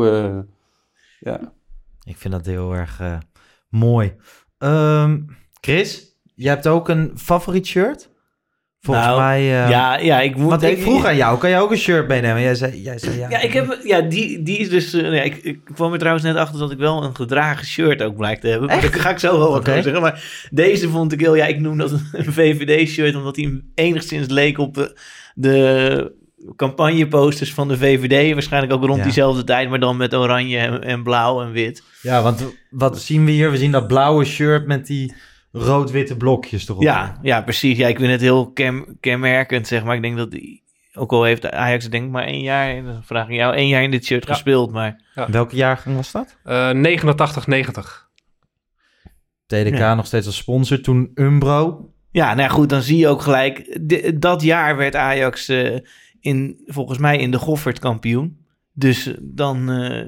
Ik vind dat heel erg mooi. Chris, jij hebt ook een favoriet shirt? Volgens mij... ik vroeg aan jou, kan je ook een shirt meenemen? Jij zei ja. Ja, ik heb... Ja, die is dus... ik kwam er trouwens net achter dat ik wel een gedragen shirt ook blijkt te hebben. Daar ga ik zo wel wat over zeggen. Maar deze vond ik heel... Ja, ik noem dat een VVD-shirt, omdat hij enigszins leek op de campagneposters van de VVD. Waarschijnlijk ook rond diezelfde tijd, maar dan met oranje en blauw en wit. Ja, want wat zien we hier? We zien dat blauwe shirt met die rood-witte blokjes erop. Ja, precies. Ja, ik vind het heel kenmerkend, zeg maar. Ik denk dat, ook al heeft Ajax denk ik maar 1 jaar, dan vraag ik jou, 1 jaar in dit shirt gespeeld. Maar... Ja. Welke jaargang was dat? 89-90. TDK nog steeds als sponsor, toen Umbro. Ja, nou goed, dan zie je ook gelijk, dat jaar werd Ajax volgens mij in de Goffert kampioen. Dus dan,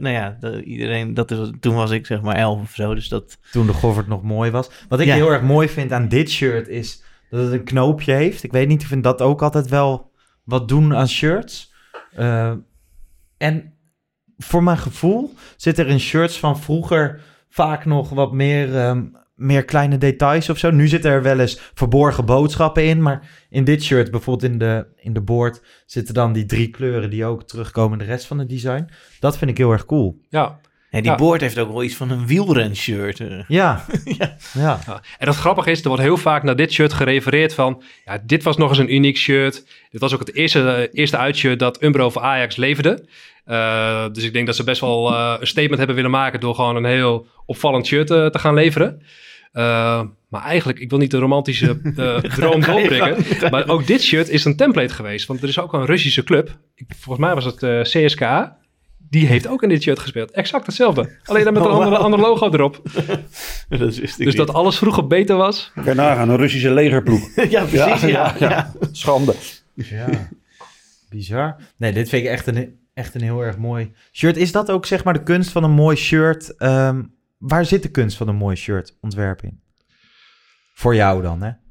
toen was ik zeg maar 11 of zo. Dus dat... Toen de Goffert nog mooi was. Wat ik heel erg mooi vind aan dit shirt is dat het een knoopje heeft. Ik weet niet, ik vind dat ook altijd wel wat doen aan shirts. En voor mijn gevoel zit er in shirts van vroeger vaak nog wat meer kleine details of zo. Nu zitten er wel eens verborgen boodschappen in, maar in dit shirt, bijvoorbeeld in de boord, zitten dan die 3 kleuren die ook terugkomen in de rest van het design. Dat vind ik heel erg cool. Ja. En die boord heeft ook wel iets van een wielrenshirt. Ja. Ja. En dat grappige is, er wordt heel vaak naar dit shirt gerefereerd van, ja, dit was nog eens een uniek shirt. Dit was ook het eerste uitshirt dat Umbro voor Ajax leverde. Dus ik denk dat ze best wel een statement hebben willen maken door gewoon een heel opvallend shirt te gaan leveren. Maar eigenlijk, ik wil niet de romantische droom doorbreken. Maar ook dit shirt is een template geweest. Want er is ook een Russische club. Volgens mij was het CSKA. Die heeft ook in dit shirt gespeeld. Exact hetzelfde. Alleen dan met een ander logo erop. Dus dat alles vroeger beter was. Kan je nagaan, een Russische legerploeg. Ja, precies. Ja. Schande. Ja, bizar. Nee, dit vind ik echt een heel erg mooi shirt. Is dat ook zeg maar de kunst van een mooi shirt? Waar zit de kunst van een mooi shirt ontwerp in? Voor jou dan, hè?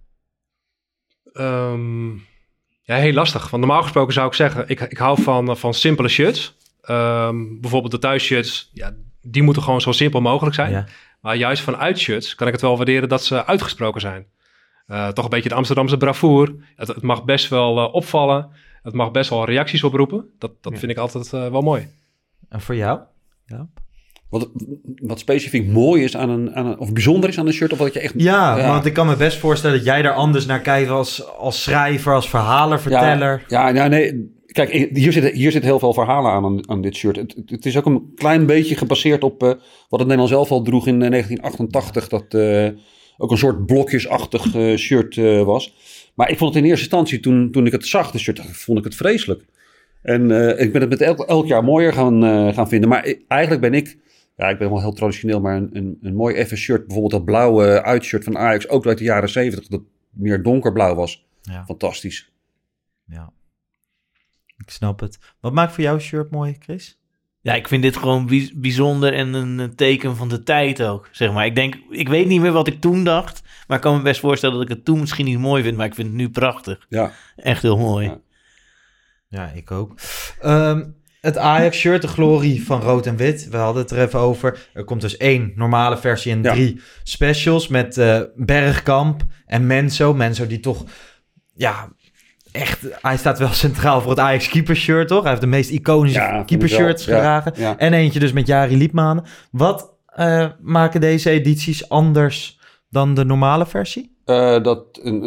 Ja, heel lastig. Want normaal gesproken zou ik zeggen, ik hou van simpele shirts. Bijvoorbeeld de thuisshirts, ja, die moeten gewoon zo simpel mogelijk zijn. Ja. Maar juist van uitshirts kan ik het wel waarderen dat ze uitgesproken zijn. Toch een beetje de Amsterdamse bravoure. Het mag best wel opvallen. Het mag best wel reacties oproepen. Dat vind ik altijd wel mooi. En voor jou? Ja. Wat specifiek mooi is of bijzonder is aan een shirt, of wat je echt... Ja, want ik kan me best voorstellen dat jij daar anders naar kijkt als schrijver, als verhalenverteller. Nee. Kijk, hier zit heel veel verhalen aan dit shirt. Het is ook een klein beetje gebaseerd op wat het Nederlands elftal droeg in 1988. Dat ook een soort blokjesachtig shirt was. Maar ik vond het in eerste instantie, toen ik het zag, de shirt, vond ik het vreselijk. En ik ben het met elk jaar mooier gaan vinden. Maar eigenlijk ben ik ben wel heel traditioneel, maar een mooi effen shirt. Bijvoorbeeld dat blauwe uitshirt van Ajax, ook uit de jaren 70, dat meer donkerblauw was. Ja. Fantastisch. Ja. Ik snap het. Wat maakt voor jou shirt mooi, Chris? Ja, ik vind dit gewoon bijzonder en een teken van de tijd ook, zeg maar. Ik weet niet meer wat ik toen dacht, maar ik kan me best voorstellen dat ik het toen misschien niet mooi vind, maar ik vind het nu prachtig. Ja. Echt heel mooi. Ja, ik ook. Het Ajax-shirt, de glorie van rood en wit. We hadden het er even over. Er komt dus 1 normale versie en 3 specials met Bergkamp en Menzo. Menzo die toch, ja, echt, hij staat wel centraal voor het Ajax keepershirt, toch? Hij heeft de meest iconische keepershirts gedragen. Ja. En eentje dus met Jari Liedmanen. Wat maken deze edities anders dan de normale versie? Dat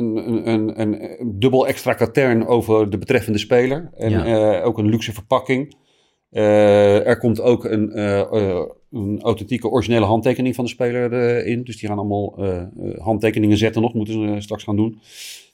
een dubbel extra katern over de betreffende speler. En ook een luxe verpakking. Er komt ook een authentieke originele handtekening van de speler in. Dus die gaan allemaal handtekeningen zetten nog. Moeten ze straks gaan doen.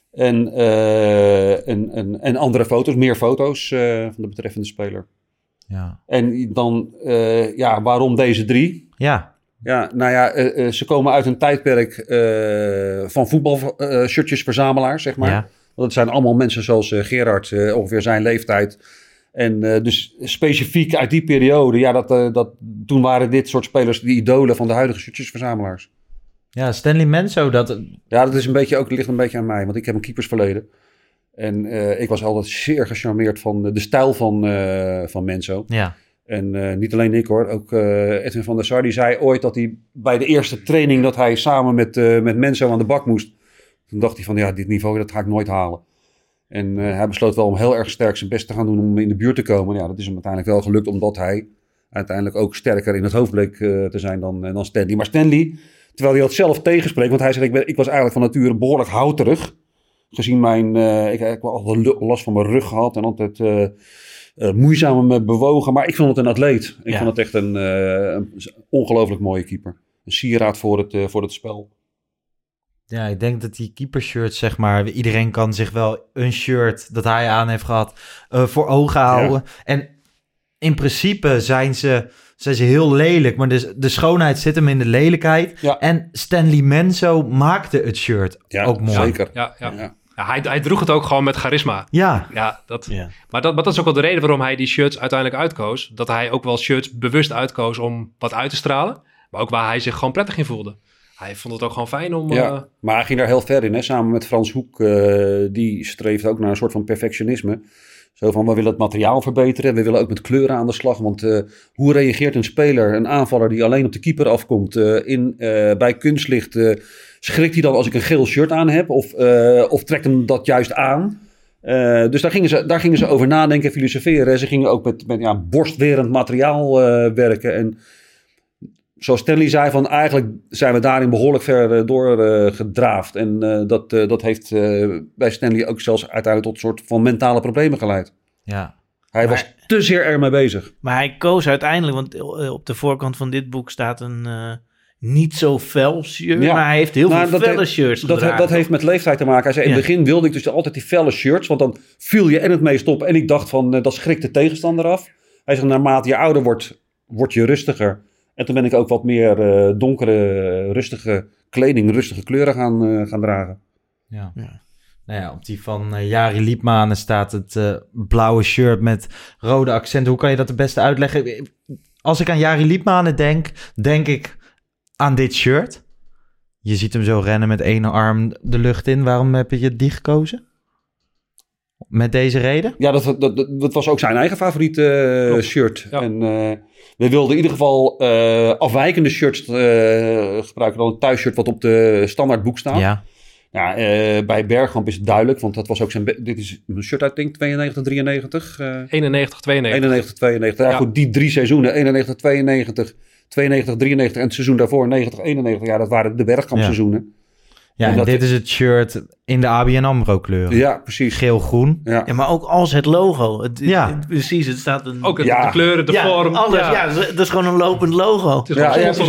En andere foto's, meer foto's van de betreffende speler. Ja. En dan, waarom deze 3? Ja. Ja, nou ja, ze komen uit een tijdperk van voetbalshirtjesverzamelaars, zeg maar. Ja. Want het zijn allemaal mensen zoals Gerard, ongeveer zijn leeftijd. En dus specifiek uit die periode, toen waren dit soort spelers de idolen van de huidige shirtjesverzamelaars. Ja, Stanley Menzo, dat... Ja, dat is ligt een beetje aan mij, want ik heb een keepersverleden. En ik was altijd zeer gecharmeerd van de stijl van Menzo. Ja. En niet alleen ik hoor, ook Edwin van der Sar, die zei ooit dat hij bij de eerste training dat hij samen met Menzo aan de bak moest. Toen dacht hij van, ja, dit niveau, dat ga ik nooit halen. En hij besloot wel om heel erg sterk zijn best te gaan doen om in de buurt te komen. Ja, dat is hem uiteindelijk wel gelukt, omdat hij uiteindelijk ook sterker in het hoofd bleek te zijn dan Stanley. Maar Stanley, terwijl hij dat zelf tegenspreekt, want hij zei, ik was eigenlijk van nature behoorlijk houterig. Gezien ik heb altijd last van mijn rug gehad en altijd moeizaam me bewogen. Maar ik vond het een atleet. Ik vond het echt een ongelooflijk mooie keeper. Een sieraad voor het spel. Ja, ik denk dat die keepershirts, zeg maar, iedereen kan zich wel een shirt dat hij aan heeft gehad voor ogen houden. Ja. En in principe zijn ze heel lelijk, maar de schoonheid zit hem in de lelijkheid. Ja. En Stanley Menzo maakte het shirt ook mooi. Zeker. Ja. Ja, hij droeg het ook gewoon met charisma. Ja. Maar dat is ook wel de reden waarom hij die shirts uiteindelijk uitkoos. Dat hij ook wel shirts bewust uitkoos om wat uit te stralen. Maar ook waar hij zich gewoon prettig in voelde. Hij vond het ook gewoon fijn om... maar hij ging daar heel ver in, hè? Samen met Frans Hoek. Die streeft ook naar een soort van perfectionisme. Zo van, we willen het materiaal verbeteren. We willen ook met kleuren aan de slag. Want hoe reageert een speler, een aanvaller die alleen op de keeper afkomt... bij kunstlicht, schrikt hij dan als ik een geel shirt aan heb? Of trekt hem dat juist aan? Dus daar gingen ze over nadenken, filosoferen. Ze gingen ook met borstwerend materiaal werken. En zoals Stanley zei, van eigenlijk zijn we daarin behoorlijk ver doorgedraafd. En dat heeft bij Stanley ook zelfs uiteindelijk tot een soort van mentale problemen geleid. Ja. Hij was te zeer ermee bezig. Maar hij koos uiteindelijk, want op de voorkant van dit boek staat een niet zo fel shirt. Ja. Maar hij heeft heel veel felle shirts gedragen. Dat heeft met leeftijd te maken. Hij zei, in het begin wilde ik dus altijd die felle shirts. Want dan viel je en het meest op. En ik dacht van, dat schrikt de tegenstander af. Hij zegt, naarmate je ouder wordt, word je rustiger. En toen ben ik ook wat meer donkere, rustige kleding, rustige kleuren gaan dragen. Ja. Nou ja, op die van Jari Liedmanen staat het blauwe shirt met rode accenten. Hoe kan je dat het beste uitleggen? Als ik aan Jari Liedmanen denk ik aan dit shirt. Je ziet hem zo rennen met ene arm de lucht in. Waarom heb je die gekozen? Met deze reden? Ja, dat was ook zijn eigen favoriete shirt. Ja. En we wilden in ieder geval afwijkende shirts gebruiken dan een thuisshirt wat op de standaardboek staat. Ja. Ja, bij Bergkamp is het duidelijk, want dat was ook dit is een shirt uit, denk ik, 92, 93. 91, 92. 91, 92. Ja, goed, die 3 seizoenen, 91, 92, 92, 93 en het seizoen daarvoor, 90, 91. Ja, dat waren de Bergkamp seizoenen. Ja, en dit is het shirt in de ABN AMRO kleuren. Ja, precies. Geel-groen. Ja, maar ook als het logo. Precies, het staat een... Ook de kleuren, de vorm. Alles, dat is gewoon een lopend logo. Het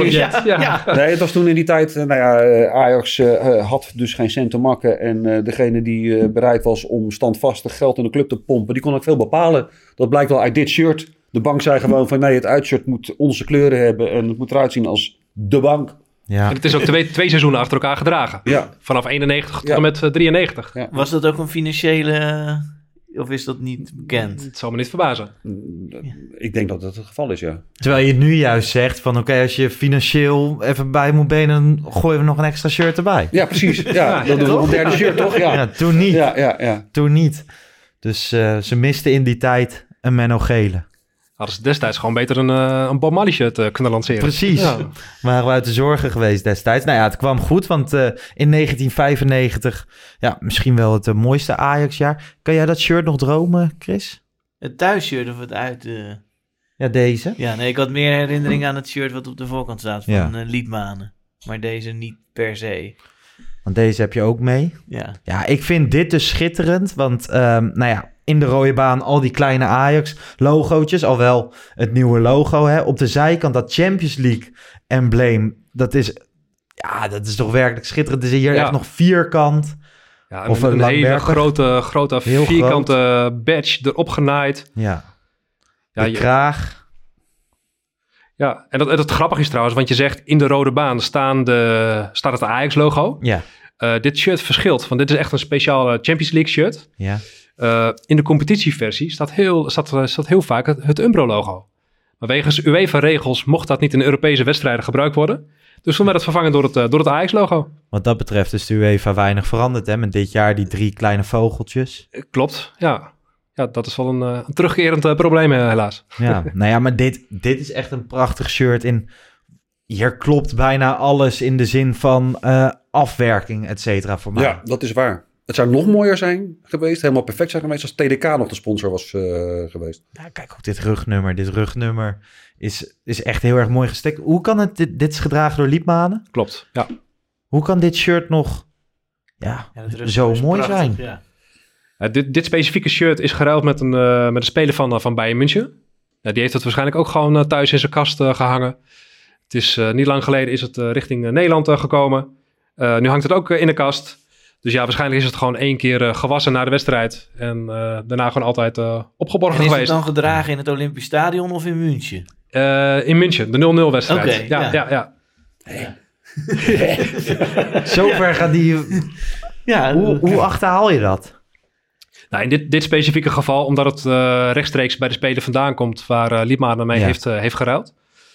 is Nee, het was toen in die tijd... Ajax had dus geen cent te makken. En degene die bereid was om standvastig geld in de club te pompen... die kon ook veel bepalen. Dat blijkt wel uit dit shirt. De bank zei gewoon van... nee, het uitshirt moet onze kleuren hebben... en het moet eruit zien als de bank. Ja. En het is ook twee seizoenen achter elkaar gedragen. Ja. Vanaf 91 tot en met 93. Ja. Was dat ook een financiële... of is dat niet bekend? Het zal me niet verbazen. Ik denk dat dat het geval is, ja. Terwijl je nu juist zegt van... oké, als je financieel even bij moet benen... dan gooien we nog een extra shirt erbij. Ja, precies. Ja, dan doen we een derde shirt, toch? Ja, toen niet. Ja. Toen niet. Dus ze misten in die tijd een Menno Gele. Hadden ze destijds gewoon beter een Bob Marley shirt kunnen lanceren. Precies. Ja. Waren we uit de zorgen geweest destijds. Nou ja, het kwam goed, want in 1995... ja, misschien wel het mooiste Ajax-jaar. Kan jij dat shirt nog dromen, Chris? Het thuisshirt of het uit... Ja, deze? Ja, nee, ik had meer herinnering aan het shirt wat op de voorkant staat van Liedmanen. Maar deze niet per se. Want deze heb je ook mee. Ja. Ja, ik vind dit dus schitterend, want in de rode baan al die kleine Ajax-logootjes, al wel het nieuwe logo, hè. Op de zijkant dat Champions League-embleem, dat is toch werkelijk schitterend. Het is hier echt nog vierkant. Ja, of een hele grote vierkante badge erop genaaid. Ja, de kraag. Ja, en dat grappig is trouwens, want je zegt in de rode baan staat het Ajax-logo. Ja. Dit shirt verschilt, want dit is echt een speciale Champions League shirt. Ja. In de competitieversie staat heel vaak het Umbro-logo. Maar wegens UEFA-regels mocht dat niet in Europese wedstrijden gebruikt worden. Dus toen werd het vervangen door het Ajax-logo. Wat dat betreft is de UEFA weinig veranderd, hè? Met dit jaar die 3 kleine vogeltjes. Klopt, ja. Ja, dat is wel een terugkerend probleem helaas. Ja, nou ja, maar dit is echt een prachtig shirt. Hier klopt bijna alles in de zin van afwerking, et cetera, voor mij. Ja, dat is waar. Het zou nog mooier zijn geweest, helemaal perfect zijn geweest... als TDK nog de sponsor was geweest. Ja, kijk, ook dit rugnummer is echt heel erg mooi gestekt. Hoe kan het, dit is gedragen door Liedmanen? Klopt, ja. Hoe kan dit shirt nog zo mooi zijn? Ja. Dit specifieke shirt is geruild met een speler van Bayern München. Die heeft het waarschijnlijk ook gewoon thuis in zijn kast gehangen. Het is niet lang geleden is het richting Nederland gekomen. Nu hangt het ook in de kast. Dus ja, waarschijnlijk is het gewoon 1 keer gewassen na de wedstrijd. En daarna gewoon altijd opgeborgen geweest. En is het dan gedragen in het Olympisch Stadion of in München? In München, de 0-0 wedstrijd. Okay, ja. Zover gaat die... Ja, hoe achterhaal je dat? Nou, in dit specifieke geval, omdat het rechtstreeks bij de speler vandaan komt... waar Liedmanen mee heeft geruild.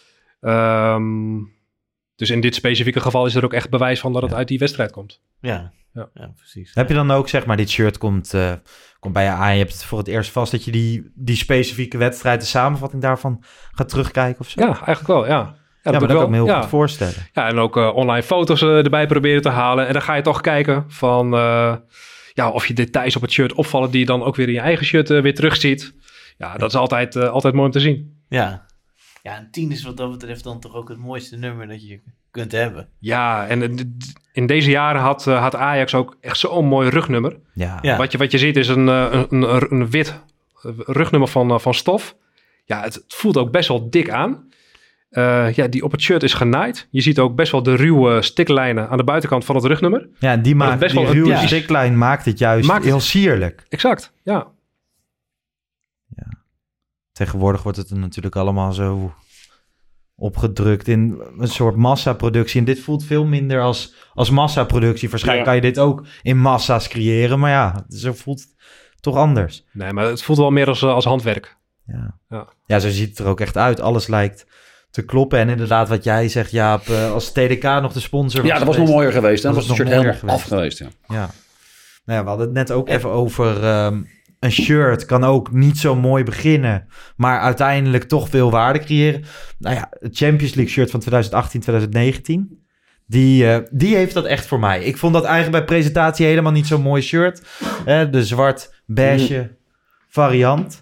Dus in dit specifieke geval is er ook echt bewijs van dat het uit die wedstrijd komt. Ja, precies. Heb je dan ook, zeg maar, dit shirt komt bij je aan... je hebt het voor het eerst vast dat je die specifieke wedstrijd... de samenvatting daarvan gaat terugkijken of zo? Ja, eigenlijk wel, ja. Ja, dat kan ik me heel goed voorstellen. Ja, en ook online foto's erbij proberen te halen. En dan ga je toch kijken van... of je details op het shirt opvallen... die je dan ook weer in je eigen shirt weer terugziet. Ja, dat is altijd mooi om te zien. Ja, en 10 is wat dat betreft dan toch ook het mooiste nummer... dat je kunt hebben. Ja, en in deze jaren had Ajax ook echt zo'n mooi rugnummer. Ja. Wat je ziet is een wit rugnummer van stof. Ja, het voelt ook best wel dik aan... die op het shirt is genaaid. Je ziet ook best wel de ruwe stiklijnen aan de buitenkant van het rugnummer. Ja, en die ruwe stiklijn maakt het juist heel sierlijk. Exact, ja. Tegenwoordig wordt het er natuurlijk allemaal zo opgedrukt in een soort massaproductie. En dit voelt veel minder als massaproductie. Waarschijnlijk kan je dit ook in massa's creëren. Maar ja, zo voelt het toch anders. Nee, maar het voelt wel meer als handwerk. Ja, zo ziet het er ook echt uit. Alles lijkt... te kloppen. En inderdaad, wat jij zegt, Jaap, als TDK nog de sponsor was. Ja, dat was nog mooier geweest. Dan was het shirt helemaal af geweest. Ja. Nou ja, we hadden het net ook even over een shirt kan ook niet zo mooi beginnen, maar uiteindelijk toch veel waarde creëren. Nou ja, het Champions League shirt van 2018-2019, die heeft dat echt voor mij. Ik vond dat eigenlijk bij presentatie helemaal niet zo'n mooi shirt. De zwart-beige variant.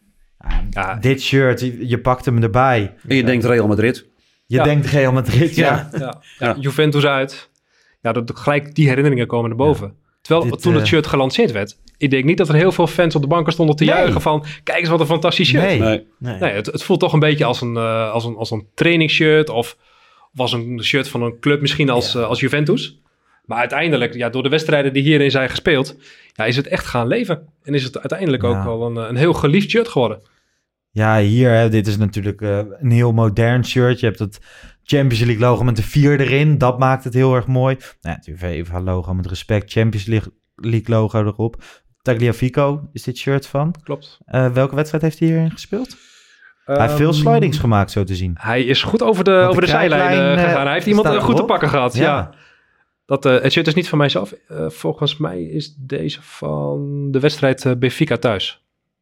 Ja, dit shirt, je pakt hem erbij. En je denkt Real Madrid. Je denkt Real Madrid, ja. Juventus uit. Ja, gelijk die herinneringen komen naar boven. Terwijl toen het shirt gelanceerd werd... ik denk niet dat er heel veel fans op de banken stonden te juichen van... kijk eens wat een fantastisch shirt. Nee, het voelt toch een beetje als een trainingsshirt... of als een shirt van een club misschien als Juventus... Maar uiteindelijk, door de wedstrijden die hierin zijn gespeeld... is het echt gaan leven. En is het uiteindelijk ook wel een heel geliefd shirt geworden. Ja, hier, dit is natuurlijk een heel modern shirt. Je hebt het Champions League logo met de 4 erin. Dat maakt het heel erg mooi. Nou, het UEFA logo met respect. Champions League logo erop. Tagliafico is dit shirt van. Klopt. Welke wedstrijd heeft hij hierin gespeeld? Hij heeft veel slidings gemaakt, zo te zien. Hij is goed over de zijlijn gegaan. Hij heeft iemand goed te pakken gehad, ja. Het shirt is niet van mijzelf. Volgens mij is deze van de wedstrijd Benfica thuis.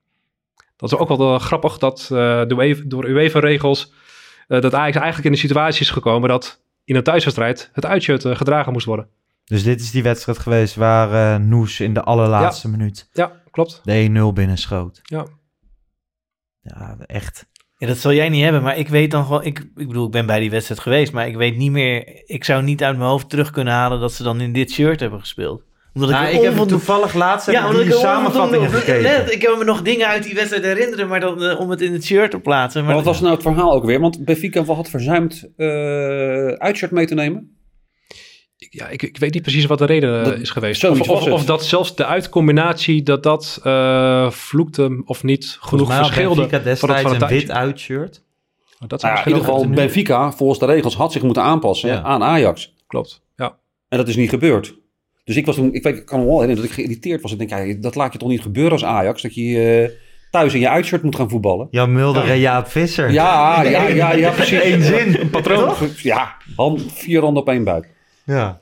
Dat is ook wel grappig dat door UEFA-regels... dat Ajax eigenlijk in de situatie is gekomen... dat in een thuiswedstrijd het uitshirt gedragen moest worden. Dus dit is die wedstrijd geweest waar Noes in de allerlaatste minuut... Ja, klopt. De 1-0 binnenschoot. Ja, echt... Ja, dat zal jij niet hebben, maar ik weet dan gewoon... Ik bedoel, ik ben bij die wedstrijd geweest, maar ik weet niet meer... Ik zou niet uit mijn hoofd terug kunnen halen dat ze dan in dit shirt hebben gespeeld. Omdat ik heb toevallig laatst die samenvattingen gekeken. Ik heb me nog dingen uit die wedstrijd herinneren, maar dan om het in het shirt te plaatsen. Maar wat was nou het verhaal ook weer? Want Benfica had verzuimd uitshirt mee te nemen. Ja, ik weet niet precies wat de reden is geweest. Of dat zelfs de uitcombinatie dat vloekte of niet genoeg verschilde. Benfica destijds een wit uitshirt. In ieder geval, Benfica volgens de regels had zich moeten aanpassen aan Ajax. Klopt, ja. En dat is niet gebeurd. Dus ik kan me wel herinneren dat ik geïrriteerd was. Ik denk, dat laat je toch niet gebeuren als Ajax? Dat je thuis in je uitshirt moet gaan voetballen. Jan Mulder en Jaap Visser. Ja, precies. Eén zin, een patroon. Ja, 4 handen op 1 buik. Ja.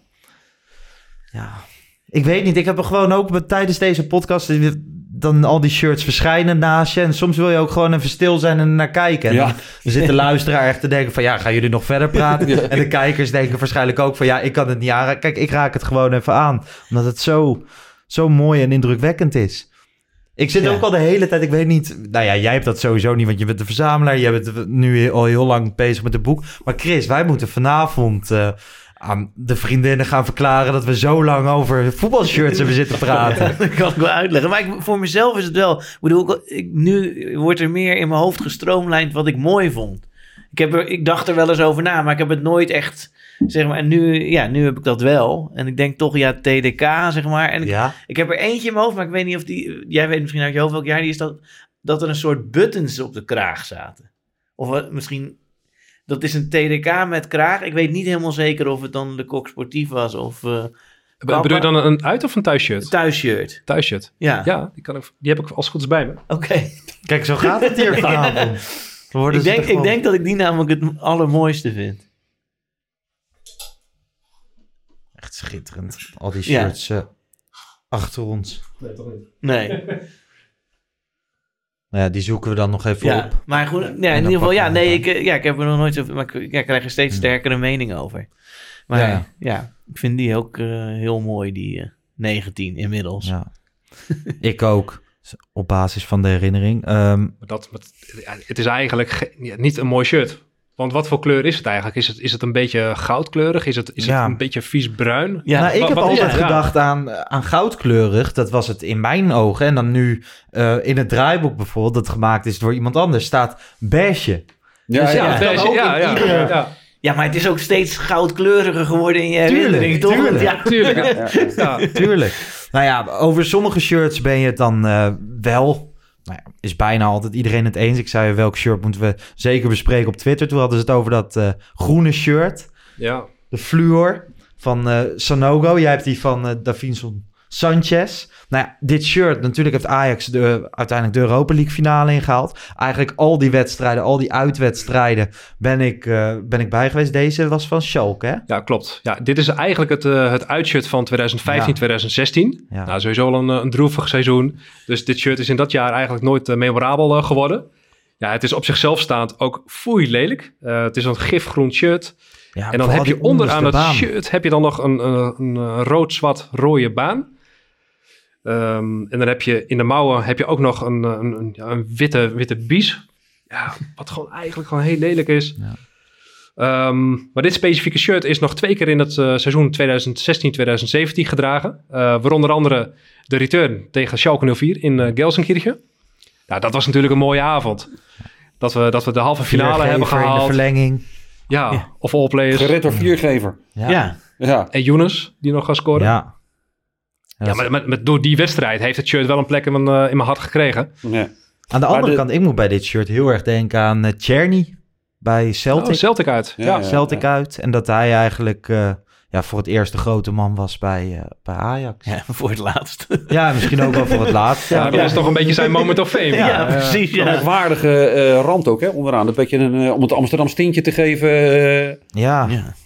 Ik weet niet, ik heb er gewoon ook tijdens deze podcast dan al die shirts verschijnen naast je. En soms wil je ook gewoon even stil zijn en naar kijken. En dan zit de luisteraar echt te denken van... gaan jullie nog verder praten? En de kijkers denken waarschijnlijk ook van... ik kan het niet aanraken. Kijk, ik raak het gewoon even aan. Omdat het zo mooi en indrukwekkend is. Ik zit ook al de hele tijd... Ik weet niet... Nou ja, jij hebt dat sowieso niet... want je bent de verzamelaar. Je bent nu al heel lang bezig met het boek. Maar Chris, wij moeten vanavond... aan de vriendinnen gaan verklaren dat we zo lang over voetbalshirts hebben zitten praten. Dat kan ik wel uitleggen. Maar voor mezelf is het wel... Ik bedoel, nu wordt er meer in mijn hoofd gestroomlijnd wat ik mooi vond. Ik dacht er wel eens over na, maar ik heb het nooit echt zeg maar. En nu heb ik dat wel. En ik denk toch, TDK, zeg maar. En ik heb er eentje in mijn hoofd, maar ik weet niet of die... Jij weet misschien uit je hoofd welk jaar die is dat er een soort buttons op de kraag zaten. Of misschien... Dat is een TDK met kraag. Ik weet niet helemaal zeker of het dan de Kok Sportief was of... Bedoel je dan een uit- of een thuisshirt? Thuisshirt. Ja. Ja, die heb ik als goed is bij me. Oké. Kijk, zo gaat het hier vanavond. Ik denk dat ik die namelijk het allermooiste vind. Echt schitterend. Al die shirts achter ons. Nee, toch niet? Nee. Nou ja, die zoeken we dan nog even op. Maar goed, in ieder geval, ik heb er nog nooit zo... Maar ik krijg er steeds sterkere mening over. Maar ik vind die ook heel mooi, die 19 inmiddels. Ja. Ik ook, op basis van de herinnering. Het is eigenlijk niet een mooi shirt. Want wat voor kleur is het eigenlijk? Is het een beetje goudkleurig? Is het een beetje vies bruin? Ja. Nou, ik heb altijd gedacht aan goudkleurig. Dat was het in mijn ogen. En dan nu in het draaiboek bijvoorbeeld, dat gemaakt is door iemand anders, staat beige. Ja, maar het is ook steeds goudkleuriger geworden in je herinnering, toch? Tuurlijk. Nou ja, over sommige shirts ben je het dan wel... Nou ja, is bijna altijd iedereen het eens. Ik zei, welk shirt moeten we zeker bespreken op Twitter? Toen hadden ze het over dat groene shirt. Ja. De fluor van Sanogo. Jij hebt die van Davinson Sanchez. Nou ja, dit shirt, natuurlijk heeft Ajax uiteindelijk de Europa League finale ingehaald. Eigenlijk al die wedstrijden, al die uitwedstrijden ben ik bij geweest. Deze was van Schalke, hè? Ja, klopt. Ja, dit is eigenlijk het uitshirt van 2015-2016. Ja. Nou, sowieso al een droevig seizoen. Dus dit shirt is in dat jaar eigenlijk nooit memorabel geworden. Ja, het is op zichzelf staand ook foei lelijk. Het is een gifgroen shirt. Ja, en dan heb je onderaan het shirt heb je dan nog een rood-zwart-rode baan. En dan heb je in de mouwen heb je ook nog een witte bies. Ja, wat eigenlijk gewoon heel lelijk is. Ja. Maar dit specifieke shirt is nog 2 keer in het seizoen 2016-2017 gedragen. Waaronder andere de return tegen Schalke 04 in Gelsenkirchen. Nou, dat was natuurlijk een mooie avond. Dat we de halve finale hebben gehaald. In de verlenging. Ja, of all players. Gered door viergever. Ja. En Younes, die nog gaat scoren. Ja. Ja, maar door die wedstrijd heeft het shirt wel een plek in mijn hart gekregen. Ja. Aan de andere kant, ik moet bij dit shirt heel erg denken aan Czerny bij Celtic. Oh, Celtic uit. Celtic uit. En dat hij eigenlijk voor het eerst de grote man was bij Ajax. Ja, voor het laatst. Ja, misschien ook wel voor het laatst. Ja, dat is toch een beetje zijn moment of fame. Ja, precies. Een merkwaardige rand ook, hè, onderaan. Een beetje om het Amsterdam stintje te geven. Ja,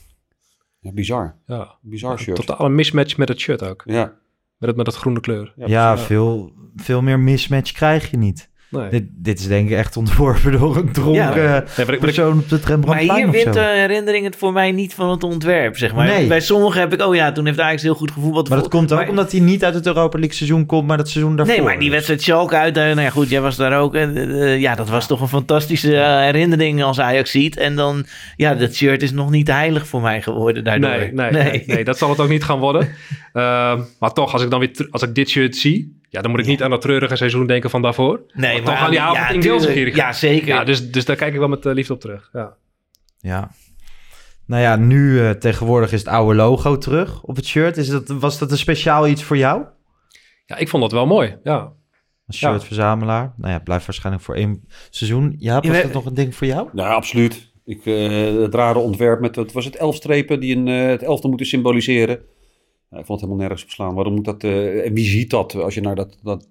bizar. Ja. Bizar shirt. Totale mismatch met het shirt ook. Ja. Met het groene kleur. Ja, veel meer mismatch krijg je niet. Nee. Dit is denk ik echt ontworpen door een dronken persoon op de Rembrandtplein. Maar hier wint de herinnering het voor mij niet van het ontwerp, zeg maar. Nee. Bij sommigen heb ik, toen heeft Ajax heel goed gevoetbald. Maar dat komt ook omdat hij niet uit het Europa League seizoen komt, maar dat seizoen daarvoor. Nee, maar die wedstrijd Schalke uit, nou ja goed, jij was daar ook. Dat was toch een fantastische herinnering als Ajax ziet. En dan, dat shirt is nog niet heilig voor mij geworden daardoor. Nee, dat zal het ook niet gaan worden. Maar toch, als ik dit shirt zie, dan moet ik niet aan dat treurige seizoen denken van daarvoor. Nee, maar toch aan die avond in Gelsenkirchen. Ja, zeker. Ja, dus daar kijk ik wel met liefde op terug. Ja. Nou ja, nu tegenwoordig is het oude logo terug op het shirt. Was dat een speciaal iets voor jou? Ja, ik vond dat wel mooi, ja. Als shirtverzamelaar. Nou ja, blijft waarschijnlijk voor 1 seizoen. Ja, was dat nog een ding voor jou? Nou, absoluut. Het rare ontwerp met, was het 11 strepen die het 11e moeten symboliseren. Ja, ik vond het helemaal nergens op slaan. Waarom moet dat? En wie ziet dat als je naar dat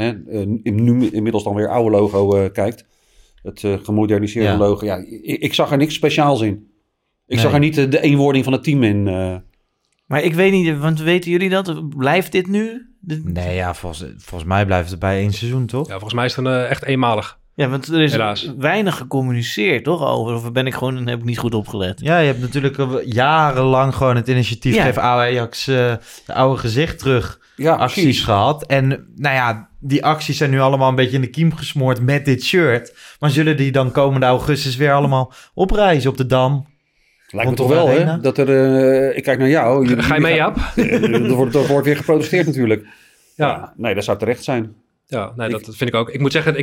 inmiddels dan weer oude logo kijkt? Het gemoderniseerde logo. Ja, ik zag er niks speciaals in. Ik zag er niet de eenwording van het team in. Maar ik weet niet, want weten jullie dat? Blijft dit nu? Nee, ja, volgens mij blijft het bij 1 seizoen, toch? Ja, volgens mij is het echt eenmalig. Ja, want er is weinig gecommuniceerd, toch, over? Of heb ik niet goed opgelet? Ja, je hebt natuurlijk jarenlang gewoon het initiatief geef Ajax de oude gezicht terug acties gehad. En nou ja, die acties zijn nu allemaal een beetje in de kiem gesmoord met dit shirt. Maar zullen die dan komende augustus weer allemaal oprijzen op de Dam? Lijkt me toch wel, hè? Dat ik kijk naar jou. Ga je mee, Jaap? Er wordt weer geprotesteerd natuurlijk. Ja. Nee, dat zou terecht zijn. Ja, nee, dat vind ik ook. Ik moet zeggen,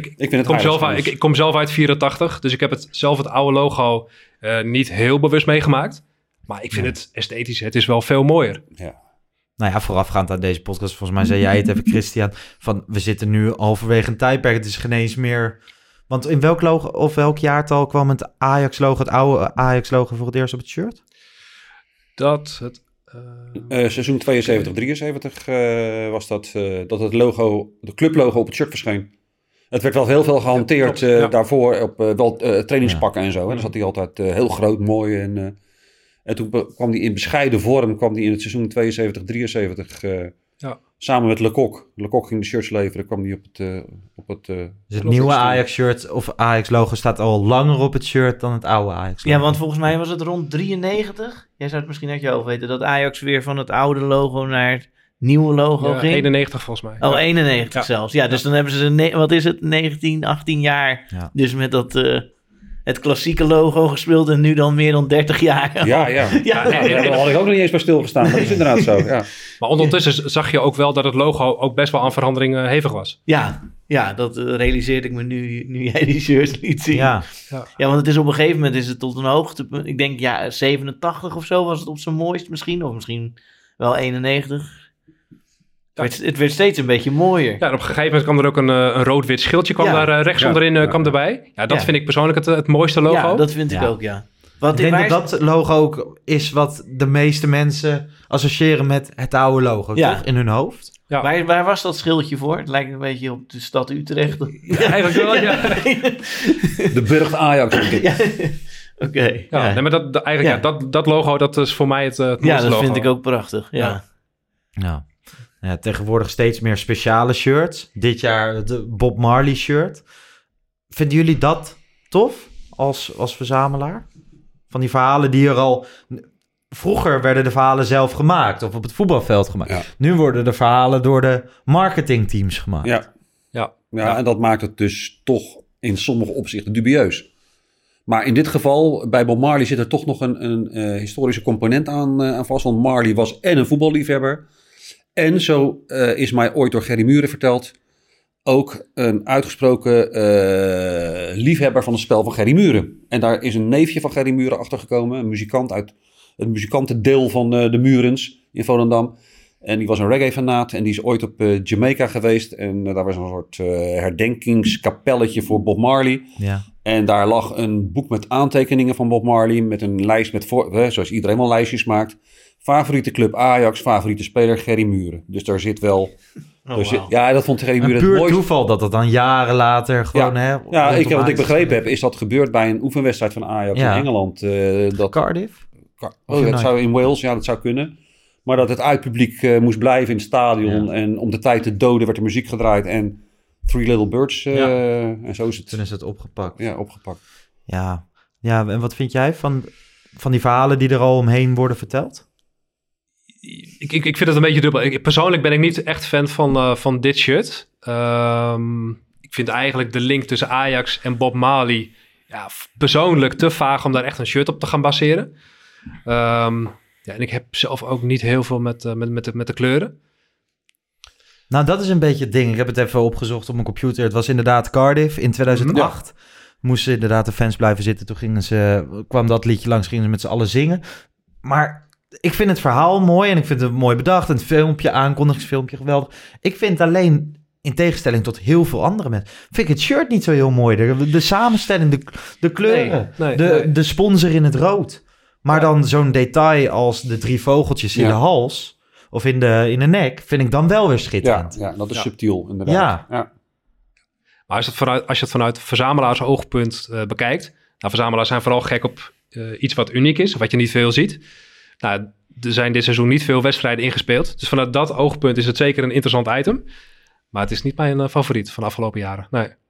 ik kom zelf uit 84, dus ik heb het oude logo niet heel bewust meegemaakt. Maar ik vind het esthetisch, het is wel veel mooier. Ja. Nou ja, voorafgaand aan deze podcast, volgens mij zei jij het even, Christian, van we zitten nu halverwege een tijdperk. Het is geen eens meer... Want in welk logo of welk jaartal kwam het Ajax-logo, het oude Ajax-logo voor het eerst op het shirt? Seizoen 72-73 was dat het logo, de clublogo op het shirt verscheen. Het werd wel heel veel gehanteerd daarvoor op trainingspakken en zo. En dan zat hij altijd heel groot, mooi. En toen kwam hij in bescheiden vorm in het seizoen 72-73 samen met Lecoq. Lecoq ging de shirts leveren, kwam hij op het dus het nieuwe Ajax-shirt of Ajax-logo staat al langer op het shirt dan het oude Ajax-logo. Ja, want volgens mij was het rond 93. Jij zou het misschien uit je hoofd weten, dat Ajax weer van het oude logo naar het nieuwe logo ging. 91 volgens mij. Oh, 91 zelfs. Ja, dus dan hebben ze, wat is het, 19, 18 jaar. Ja. Dus met dat... het klassieke logo gespeeld en nu dan meer dan 30 jaar. Daar had ik ook nog niet eens bij stilgestaan. Dat is inderdaad zo, ja. Maar ondertussen zag je ook wel dat het logo ook best wel aan veranderingen hevig was. Ja, dat realiseerde ik me nu jij die shirts liet zien. Ja, want het is op een gegeven moment is het tot een hoogtepunt. Ik denk 87 of zo was het op zijn mooist misschien. Of misschien wel 91. Het werd steeds een beetje mooier. Ja, en op een gegeven moment kwam er ook een rood-wit schildje daar rechts onderin kwam erbij. Ja, dat vind ik persoonlijk het mooiste logo. Ja, dat vind ik ook, Ik denk dat logo ook is wat de meeste mensen associëren met het oude logo, toch? In hun hoofd. Ja. Waar was dat schildje voor? Het lijkt een beetje op de stad Utrecht. Ja, eigenlijk wel, ja. De burcht Ajax. Oké. Nee, maar dat logo, dat is voor mij het mooiste logo. Ja, dat vind ik ook prachtig. Ja, tegenwoordig steeds meer speciale shirts. Dit jaar de Bob Marley shirt. Vinden jullie dat tof als verzamelaar? Van die verhalen die er al... Vroeger werden de verhalen zelf gemaakt of op het voetbalveld gemaakt. Ja. Nu worden de verhalen door de marketingteams gemaakt. Ja, en dat maakt het dus toch in sommige opzichten dubieus. Maar in dit geval, bij Bob Marley zit er toch nog een historische component aan vast. Want Marley was en een voetballiefhebber... En zo is mij ooit door Gerry Muren verteld... ook een uitgesproken liefhebber van het spel van Gerry Muren. En daar is een neefje van Gerry Muren achtergekomen. Een muzikant uit het muzikantendeel van de Murens in Volendam. En die was een reggae-fanaat en die is ooit op Jamaica geweest. En daar was een soort herdenkingskapelletje voor Bob Marley. Ja. En daar lag een boek met aantekeningen van Bob Marley... met een lijst met, zoals iedereen wel lijstjes maakt... Favoriete club Ajax, favoriete speler Gerry Muren. Dus daar zit wel... Ja, dat vond Gerry Muren het mooiste. Puur toeval dat het dan jaren later gewoon... Wat ik begrepen heb, is dat gebeurd bij een oefenwedstrijd van Ajax in Engeland. Cardiff? Dat zou in Wales, dat zou kunnen. Maar dat het uitpubliek moest blijven in het stadion. Ja. En om de tijd te doden werd er muziek gedraaid. En Three Little Birds. En zo is het. Toen is het opgepakt. Ja, opgepakt. Ja, en wat vind jij van die verhalen die er al omheen worden verteld? Ik vind het een beetje dubbel. Persoonlijk ben ik niet echt fan van dit shirt. Ik vind eigenlijk de link tussen Ajax en Bob Marley... persoonlijk te vaag om daar echt een shirt op te gaan baseren. En ik heb zelf ook niet heel veel met de kleuren. Nou, dat is een beetje het ding. Ik heb het even opgezocht op mijn computer. Het was inderdaad Cardiff in 2008. Moesten inderdaad de fans blijven zitten. Toen kwam dat liedje langs, gingen ze met z'n allen zingen. Maar... Ik vind het verhaal mooi en ik vind het mooi bedacht. En het filmpje, aankondigingsfilmpje, geweldig. Ik vind alleen, in tegenstelling tot heel veel andere mensen... vind ik het shirt niet zo heel mooi. De samenstelling, de kleuren, de sponsor in het rood. Maar dan zo'n detail als de 3 vogeltjes in de hals... of in de nek, vind ik dan wel weer schitterend. Ja, dat is subtiel, inderdaad. Ja. Maar als je het vanuit verzamelaars oogpunt bekijkt... verzamelaars zijn vooral gek op iets wat uniek is... of wat je niet veel ziet... Nou, er zijn dit seizoen niet veel wedstrijden ingespeeld. Dus vanuit dat oogpunt is het zeker een interessant item. Maar het is niet mijn favoriet van de afgelopen jaren.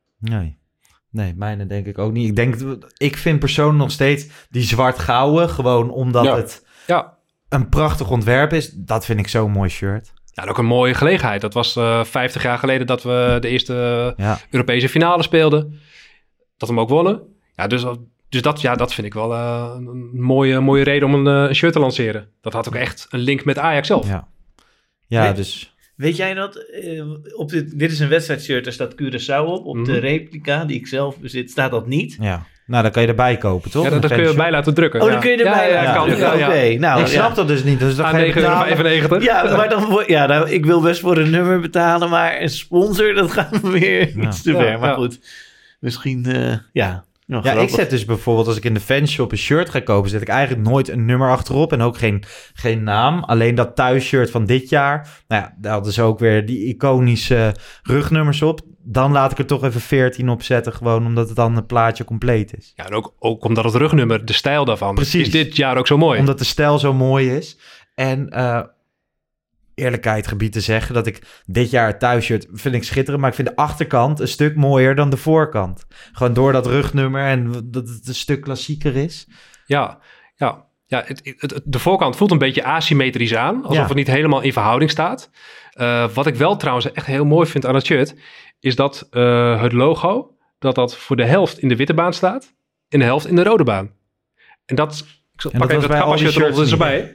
Nee, mijne denk ik ook niet. Ik vind persoonlijk nog steeds die zwart-gouden... gewoon omdat het een prachtig ontwerp is. Dat vind ik zo'n mooi shirt. Ja, en ook een mooie gelegenheid. Dat was 50 jaar geleden dat we de eerste Europese finale speelden. Dat we hem ook wonnen. Ja, Dus dat vind ik wel een mooie reden om een shirt te lanceren. Dat had ook echt een link met Ajax zelf. Dus... Weet jij dat? Dit is een wedstrijdshirt, daar staat Curaçao op. Op de replica die ik zelf bezit staat dat niet. Ja, Nou, dan kan je erbij kopen, toch? Ja, dat kun je erbij laten drukken. Oh, dan kun je erbij laten drukken. Oké. Nou, ik snap dat dus niet. Dus dan ga je €9,95. Ja, maar dan ik wil best voor een nummer betalen, maar een sponsor, dat gaat weer iets te ver. Maar goed, misschien, ik zet dus bijvoorbeeld, als ik in de fanshop een shirt ga kopen, zet ik eigenlijk nooit een nummer achterop en ook geen naam. Alleen dat thuisshirt van dit jaar, nou ja, daar hadden ze ook weer die iconische rugnummers op. Dan laat ik er toch even 14 op zetten, gewoon omdat het dan een plaatje compleet is. Ja, en ook omdat het rugnummer, de stijl daarvan, Precies. is dit jaar ook zo mooi. Omdat de stijl zo mooi is. En eerlijkheid gebied te zeggen dat ik dit jaar het thuisshirt vind ik schitterend, maar ik vind de achterkant een stuk mooier dan de voorkant. Gewoon door dat rugnummer en dat het een stuk klassieker is. Ja, de voorkant voelt een beetje asymmetrisch aan, alsof het niet helemaal in verhouding staat. Wat ik wel trouwens echt heel mooi vind aan het shirt, is dat het logo, dat voor de helft in de witte baan staat en de helft in de rode baan. En dat, ik pak even het Kappa-shirt er ondertussen bij.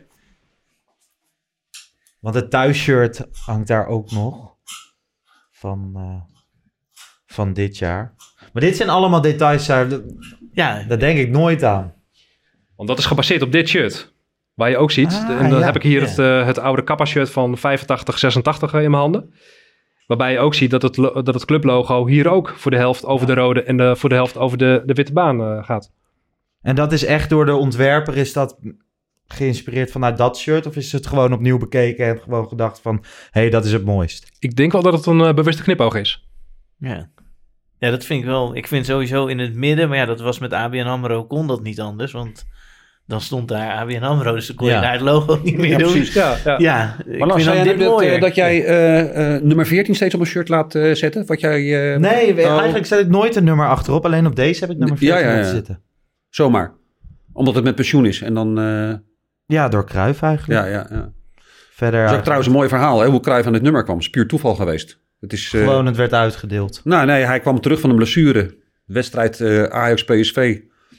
Want het thuisshirt hangt daar ook nog van dit jaar. Maar dit zijn allemaal details, daar denk ik nooit aan. Want dat is gebaseerd op dit shirt. Waar je ook ziet, en dan heb ik hier het oude Kappa-shirt van 85-86 in mijn handen. Waarbij je ook ziet dat het clublogo hier ook voor de helft over de rode en voor de helft over de witte baan gaat. En dat is echt door de ontwerper, is dat geïnspireerd vanuit dat shirt? Of is het gewoon opnieuw bekeken en gewoon gedacht van, hé, dat is het mooist? Ik denk wel dat het een bewuste knipoog is. Ja, dat vind ik wel. Ik vind sowieso in het midden, maar dat was met ABN AMRO, kon dat niet anders, want dan stond daar ABN AMRO, dus dan kon je daar het logo niet meer doen. Precies. Ja, maar Lars, zei jij dat jij nummer 14 steeds op een shirt laat zetten? Wat jij, eigenlijk zet ik nooit een nummer achterop. Alleen op deze heb ik nummer 14 laten zitten. Zomaar. Omdat het met pensioen is. En dan, door Cruijff eigenlijk. Ja. Verder dat is ook trouwens een mooi verhaal, hè, hoe Cruijff aan dit nummer kwam. Het is puur toeval geweest. Het is, gewoon, het werd uitgedeeld. Nou, nee, hij kwam terug van een blessure. Wedstrijd Ajax-PSV.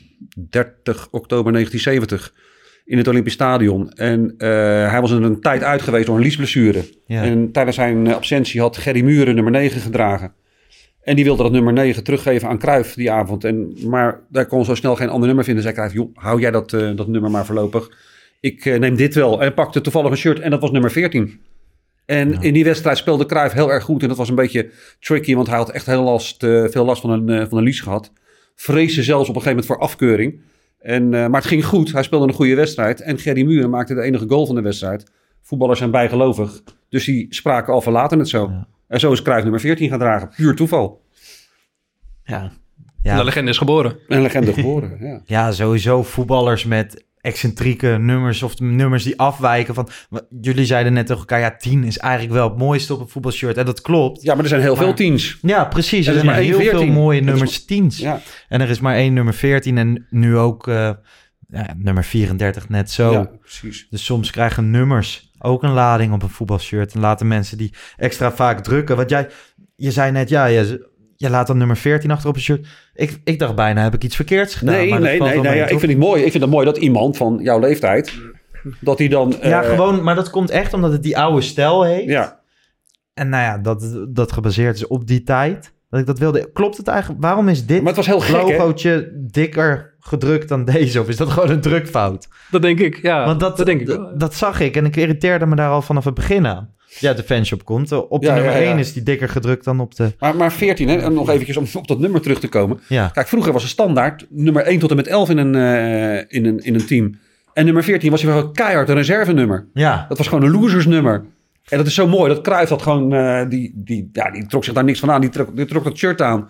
30 oktober 1970 in het Olympisch Stadion. En hij was een tijd uit geweest door een liesblessure. Ja. En tijdens zijn absentie had Gerry Muren nummer 9 gedragen. En die wilde dat nummer 9 teruggeven aan Cruijff die avond. Maar daar kon zo snel geen ander nummer vinden. Zei Cruijff, joh, hou jij dat nummer maar voorlopig. Ik neem dit wel. En hij pakte toevallig een shirt en dat was nummer 14. En in die wedstrijd speelde Cruijff heel erg goed. En dat was een beetje tricky, want hij had echt veel last van een lies gehad. Vreesde zelfs op een gegeven moment voor afkeuring. Maar het ging goed. Hij speelde een goede wedstrijd. En Gerry Muren maakte de enige goal van de wedstrijd. Voetballers zijn bijgelovig. Dus die spraken al van laten het zo. Ja. En zo is Cruijff nummer 14 gaan dragen. Puur toeval. Ja. De legende is geboren. Een legende geboren, ja. Ja, sowieso voetballers met excentrieke nummers of nummers die afwijken van. Jullie zeiden net tegen elkaar, 10 is eigenlijk wel het mooiste op een voetbalshirt. En dat klopt. Ja, maar er zijn heel veel 10's. Ja, precies. Er zijn maar heel veel mooie nummers 10's. Ja. En er is maar 1 nummer 14 en nu ook nummer 34 net zo. Ja, precies. Dus soms krijgen nummers ook een lading op een voetbalshirt en laten mensen die extra vaak drukken. Want je zei net, je laat dan nummer 14 achter op een shirt. Ik dacht bijna, heb ik iets verkeerds gedaan? Nee, ik vind het mooi. Ik vind het mooi dat iemand van jouw leeftijd, dat hij dan... gewoon, maar dat komt echt omdat het die oude stijl heeft. Ja. En dat gebaseerd is op die tijd, dat ik dat wilde. Klopt het eigenlijk? Waarom is dit logootje dikker gedrukt dan deze? Of is dat gewoon een drukfout? Dat denk ik, ja. Want dat zag ik en ik irriteerde me daar al vanaf het begin aan. Ja, de fanshop komt. Op de nummer 1 is die dikker gedrukt dan op de... Maar 14, hè, nog eventjes om op dat nummer terug te komen. Ja. Kijk, vroeger was het standaard nummer 1 tot en met 11 in een team. En nummer 14 was gewoon keihard een reservenummer. Ja. Dat was gewoon een losersnummer. En dat is zo mooi. Dat Cruijff had gewoon... die trok zich daar niks van aan. Die trok dat shirt aan.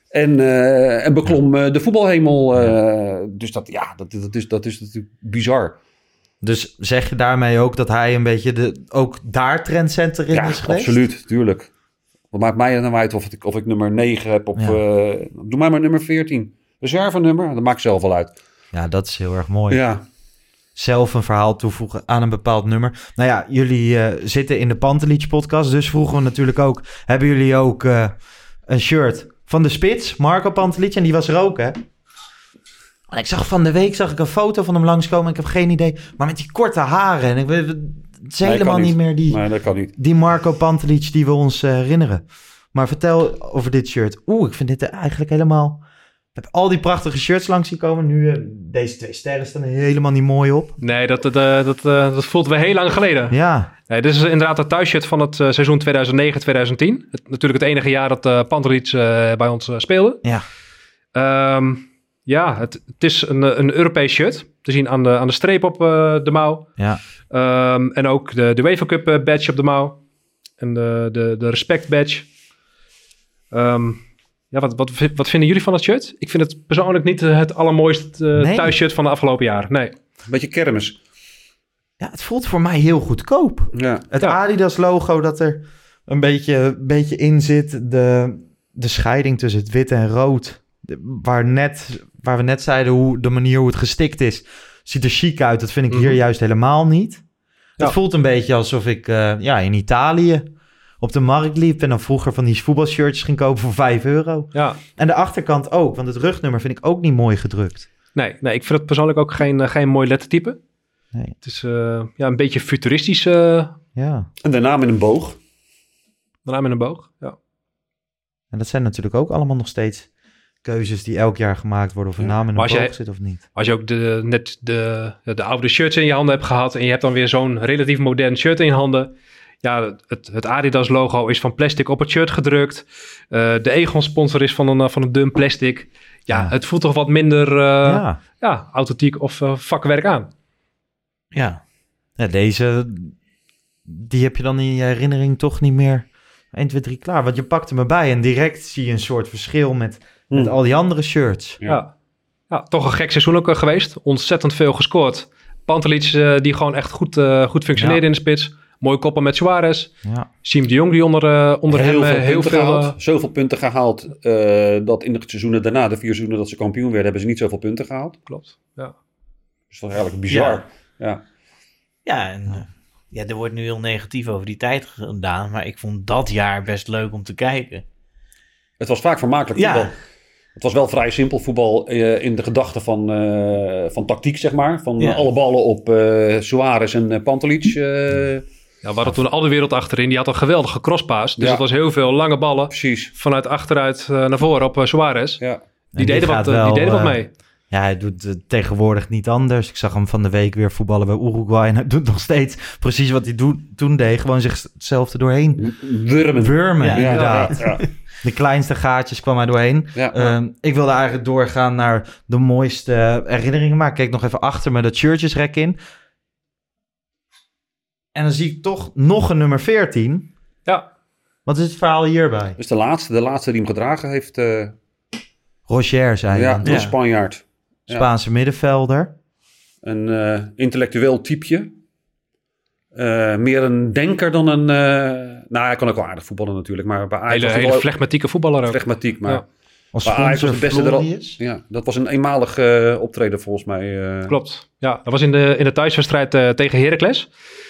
En beklom de voetbalhemel. Dus dat is natuurlijk bizar. Dus zeg je daarmee ook dat hij een beetje ook daar trendcenter in is geweest? Ja, absoluut, tuurlijk. Wat maakt mij dan uit of ik nummer 9 heb of... doe mij maar nummer 14. Reservenummer, dat maakt zelf wel uit. Ja, dat is heel erg mooi. Ja. Zelf een verhaal toevoegen aan een bepaald nummer. Nou ja, jullie zitten in de Pantelic podcast, dus vroegen we natuurlijk ook... Hebben jullie ook een shirt van de spits, Marco Pantelic? En die was er ook, hè? En ik zag van de week een foto van hem langskomen. Ik heb geen idee. Maar met die korte haren. En het is helemaal niet meer die Marco Pantelic die we ons herinneren. Maar vertel over dit shirt. Ik vind dit eigenlijk helemaal heb al die prachtige shirts langs zien komen. Nu, deze 2 sterren staan er helemaal niet mooi op. Nee, dat voelt weer heel lang geleden. Ja. Nee, dit is inderdaad het thuisshirt van het seizoen 2009-2010. Natuurlijk het enige jaar dat Pantelic bij ons speelde. Ja. Het is een Europees shirt. Te zien aan de streep op de mouw. Ja. En ook de UEFA Cup badge op de mouw. En de respect badge. Wat vinden jullie van dat shirt? Ik vind het persoonlijk niet het allermooiste thuisshirt van de afgelopen jaren. Nee. Een beetje kermis. Ja, het voelt voor mij heel goedkoop. Ja. Het Adidas logo dat er een beetje in zit. De scheiding tussen het wit en rood. Waar we net zeiden, de manier hoe het gestikt is, ziet er chic uit. Dat vind ik hier juist helemaal niet. Het voelt een beetje alsof ik in Italië op de markt liep en dan vroeger van die voetbalshirtjes ging kopen voor €5. Ja. En de achterkant ook, want het rugnummer vind ik ook niet mooi gedrukt. Nee, ik vind het persoonlijk ook geen mooi lettertype. Nee. Het is een beetje futuristisch. Ja. En de naam in een boog. De naam in een boog, ja. En dat zijn natuurlijk ook allemaal nog steeds keuzes die elk jaar gemaakt worden of een naam in een boog zit of niet. Als je ook net de oude shirts in je handen hebt gehad en je hebt dan weer zo'n relatief modern shirt in je handen. Ja, het Adidas logo is van plastic op het shirt gedrukt. De Egon sponsor is van een dun plastic. Ja, het voelt toch wat minder authentiek of vakwerk aan. Ja. Deze, die heb je dan in je herinnering toch niet meer 1, 2, 3 klaar. Want je pakte me bij en direct zie je een soort verschil met al die andere shirts. Ja, toch een gek seizoen ook geweest. Ontzettend veel gescoord. Pantelic die gewoon echt goed functioneerde in de spits. Mooie koppen met Suarez. Ja. Siem de Jong die onder hem heel veel gehaald. Zoveel punten gehaald dat in de seizoenen daarna, de 4 seizoenen dat ze kampioen werden, hebben ze niet zoveel punten gehaald. Klopt, ja. Dus dat is eigenlijk bizar. Er wordt nu heel negatief over die tijd gedaan, maar ik vond dat jaar best leuk om te kijken. Het was vaak vermakelijk voetbal. Ja. Het was wel vrij simpel voetbal in de gedachte van tactiek, zeg maar. Van alle ballen op Suarez en Pantelic. We hadden toen al de wereld achterin. Die had een geweldige crosspaas. Dus het was heel veel lange ballen. Precies. Vanuit achteruit naar voren op Suarez. Ja. Die deden wat mee. Ja, hij doet het tegenwoordig niet anders. Ik zag hem van de week weer voetballen bij Uruguay. En hij doet nog steeds precies wat hij toen deed. Gewoon zichzelf er doorheen wurmen, inderdaad. Ja. De kleinste gaatjes kwam hij doorheen. Ja. Ik wilde eigenlijk doorgaan naar de mooiste herinneringen. Maar ik keek nog even achter me dat shirtjesrek in. En dan zie ik toch nog een nummer 14. Ja. Wat is het verhaal hierbij? Dus de laatste die hem gedragen heeft... Roger, zei je. Een Spanjaard. Spaanse middenvelder. Een intellectueel typeje. Meer een denker dan een... hij kan ook wel aardig voetballen natuurlijk. Maar bij Ajax hele flegmatieke voetballer ook. Flegmatiek, maar... Ja. Als bij Ajax was de beste er al. Ja, dat was een eenmalig optreden volgens mij. Klopt. Ja, dat was in de thuiswedstrijd tegen Heracles.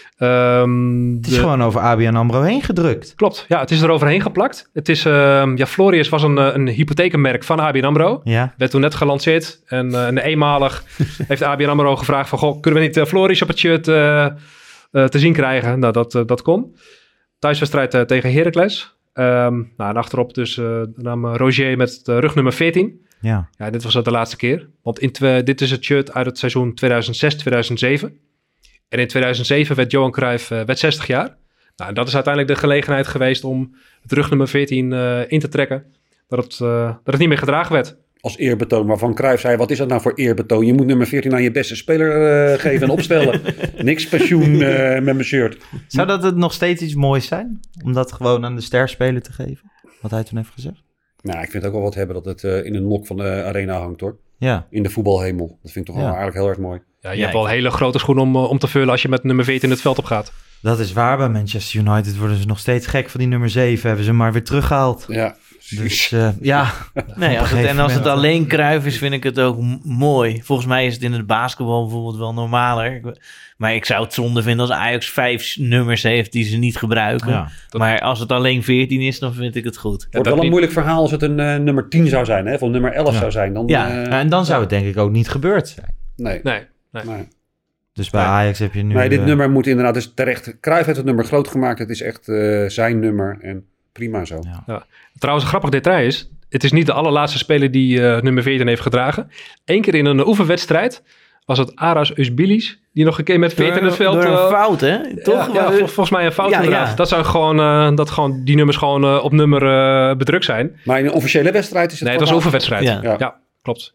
Het is gewoon over ABN AMRO heen gedrukt. Klopt, ja, het is er overheen geplakt. Het is, Florius was een hypothekenmerk van ABN AMRO. Ja. Werd toen net gelanceerd. En eenmalig heeft ABN AMRO gevraagd van... Goh, kunnen we niet Florius op het shirt te zien krijgen? Nou, dat kon. Thuiswedstrijd tegen Heracles. En achterop dus de naam Roger met rugnummer 14. Ja. Ja, dit was de laatste keer. Want dit is het shirt uit het seizoen 2006-2007. En in 2007 werd Johan Cruijff 60 jaar. Nou, dat is uiteindelijk de gelegenheid geweest om het rugnummer 14 in te trekken. Dat het niet meer gedragen werd. Als eerbetoon, waarvan Cruijff zei, wat is dat nou voor eerbetoon? Je moet nummer 14 aan je beste speler geven en opstellen. Niks pensioen met mijn shirt. Zou dat het nog steeds iets moois zijn? Om dat gewoon aan de sterspeler te geven? Wat hij toen heeft gezegd? Nou, ik vind het ook wel wat hebben dat het in een nok van de arena hangt, hoor. Ja. In de voetbalhemel. Dat vind ik toch wel eigenlijk heel erg mooi. Ja, je hebt wel hele grote schoenen om te vullen als je met nummer 14 het veld op gaat. Dat is waar. Bij Manchester United worden ze nog steeds gek van die nummer 7. Hebben ze hem maar weer teruggehaald. Ja. Dus ja. Nee, als het alleen Cruijff is, vind ik het ook mooi. Volgens mij is het in het basketbal bijvoorbeeld wel normaler. Maar ik zou het zonde vinden als Ajax 5 nummers heeft die ze niet gebruiken. Ja, maar als het alleen 14 is, dan vind ik het goed. Het wordt wel een moeilijk verhaal als het een nummer 10 zou zijn. Hè? Of een nummer 11 zou zijn. Dan, en dan zou het denk ik ook niet gebeurd zijn. Nee. Dus bij Ajax heb je nu... Nee, dit nummer moet inderdaad... Dus terecht, Cruijff heeft het nummer groot gemaakt. Het is echt zijn nummer en prima zo. Ja. Trouwens, een grappig detail is... het is niet de allerlaatste speler die nummer 14 heeft gedragen. 1 keer in een oefenwedstrijd was het Aras Özbilis die nog een keer met 14 in het veld... Door een fout, hè? Toch? Volgens mij een fout inderdaad. Ja. Dat zou gewoon die nummers gewoon op nummer bedrukt zijn. Maar in een officiële wedstrijd is het... Nee, het was een oefenwedstrijd. Ja, klopt.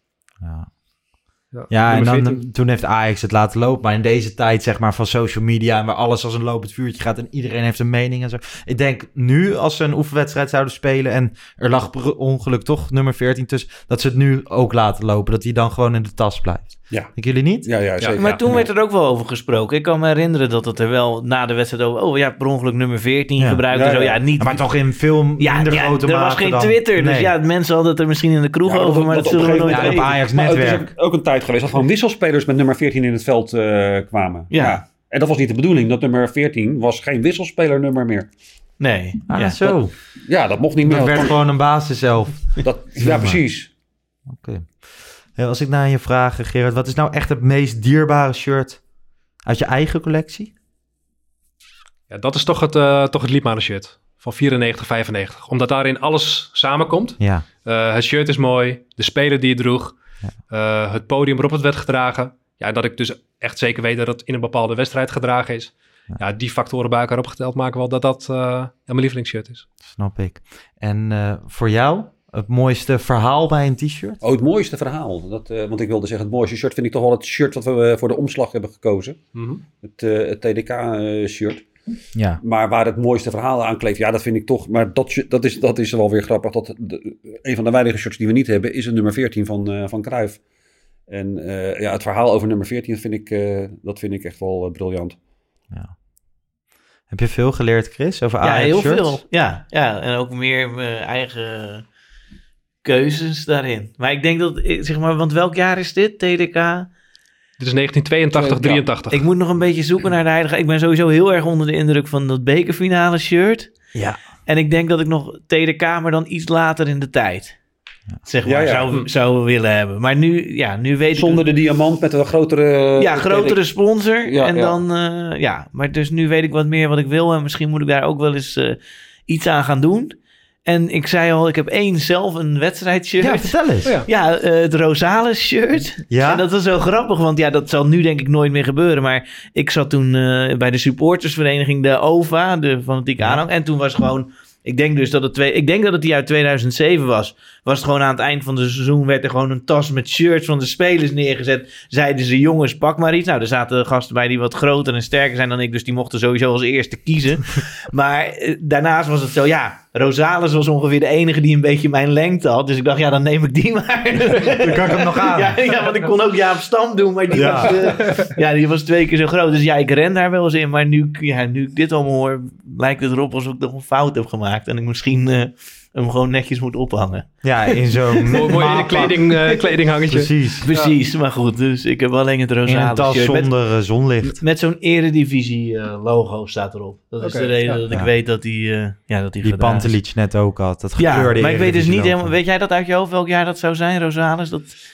Ja, en dan, toen heeft Ajax het laten lopen. Maar in deze tijd, zeg maar, van social media... en waar alles als een lopend vuurtje gaat... en iedereen heeft een mening en zo. Ik denk nu, als ze een oefenwedstrijd zouden spelen... en er lag per ongeluk toch nummer 14 tussen... dat ze het nu ook laten lopen. Dat die dan gewoon in de tas blijft. Ja. Denken jullie niet? Ja, zeker. Maar toen werd er ook wel over gesproken. Ik kan me herinneren dat het er wel na de wedstrijd over... oh ja, per ongeluk nummer 14 gebruikt. Zo. Ja, niet... Maar toch in veel minder grote mate. Er was geen Twitter. Nee. Dus ja, mensen hadden het er misschien in de kroeg over... maar dat zullen we nooit weten. Op Ajax-netwerk. Het is ook een tijd geweest dat gewoon wisselspelers met nummer 14 in het veld kwamen. Ja. En dat was niet de bedoeling. Dat nummer 14 was geen wisselspeler-nummer meer. Nee. Zo. Dat mocht niet meer. Dat werd gewoon een basis zelf. Ja, precies. Oké. Als ik naar je vraag, Gerard, wat is nou echt het meest dierbare shirt uit je eigen collectie? Ja, dat is toch het Liedmanen shirt van 94-95. Omdat daarin alles samenkomt. Ja. Het shirt is mooi, de speler die het droeg, het podium waarop het werd gedragen. Ja, dat ik dus echt zeker weet dat het in een bepaalde wedstrijd gedragen is. Ja, die factoren bij elkaar opgeteld maken wel dat mijn lievelingsshirt is. Snap ik. En voor jou? Het mooiste verhaal bij een t-shirt? Het mooiste verhaal. Want ik wilde zeggen, het mooiste shirt vind ik toch wel het shirt wat we voor de omslag hebben gekozen. Mm-hmm. Het TDK-shirt. Ja. Maar waar het mooiste verhaal aan kleeft, dat vind ik toch... Maar dat is wel weer grappig. Een van de weinige shirts die we niet hebben is een nummer 14 van Cruijff. En het verhaal over nummer 14 vind ik echt wel briljant. Ja. Heb je veel geleerd, Chris, over Ajax-shirts? Ja, heel veel. Ja, en ook meer mijn eigen... keuzes daarin. Maar ik denk dat, zeg maar, want welk jaar is dit, TDK? Dit is 1982, 83. Ik moet nog een beetje zoeken naar de heilige... Ik ben sowieso heel erg onder de indruk van dat bekerfinale shirt. Ja. En ik denk dat ik nog TDK, maar dan iets later in de tijd... zeg maar, zou willen hebben. Maar nu weet ik... Zonder de diamant met een grotere... grotere sponsor. Dan, maar dus nu weet ik wat meer wat ik wil. En misschien moet ik daar ook wel eens iets aan gaan doen. En ik zei al, ik heb zelf een wedstrijdshirt. Ja, vertel eens. Ja, het Rosales shirt. Ja? En dat was zo grappig, want dat zal nu denk ik nooit meer gebeuren. Maar ik zat toen bij de supportersvereniging, de OVA, de fanatieke aanhang. En toen was gewoon... Ik denk dus dat het die uit 2007 was. Was het gewoon aan het eind van het seizoen... werd er gewoon een tas met shirts van de spelers neergezet. Zeiden ze, jongens, pak maar iets. Nou, er zaten gasten bij die wat groter en sterker zijn dan ik. Dus die mochten sowieso als eerste kiezen. Maar daarnaast was het zo, Rosales was ongeveer de enige die een beetje mijn lengte had. Dus ik dacht, dan neem ik die maar. Dan kan ik hem nog aan. Ja, want ik kon ook Jaap Stam doen. Maar die was 2 keer zo groot. Dus ik ren daar wel eens in. Maar nu ik dit allemaal hoor... lijkt het erop alsof ik nog een fout heb gemaakt. En ik misschien hem gewoon netjes moet ophangen. Ja, in zo'n... mooi in een kledinghangetje. Precies. Maar goed. Dus ik heb alleen het Rosales in een tas shirt zonder zonlicht. Met zo'n eredivisie logo staat erop. Dat is de reden dat ik weet dat die Pantelic net ook had. Dat gekleurde maar ik weet dus niet helemaal... Weet jij dat uit je hoofd welk jaar dat zou zijn, Rosales?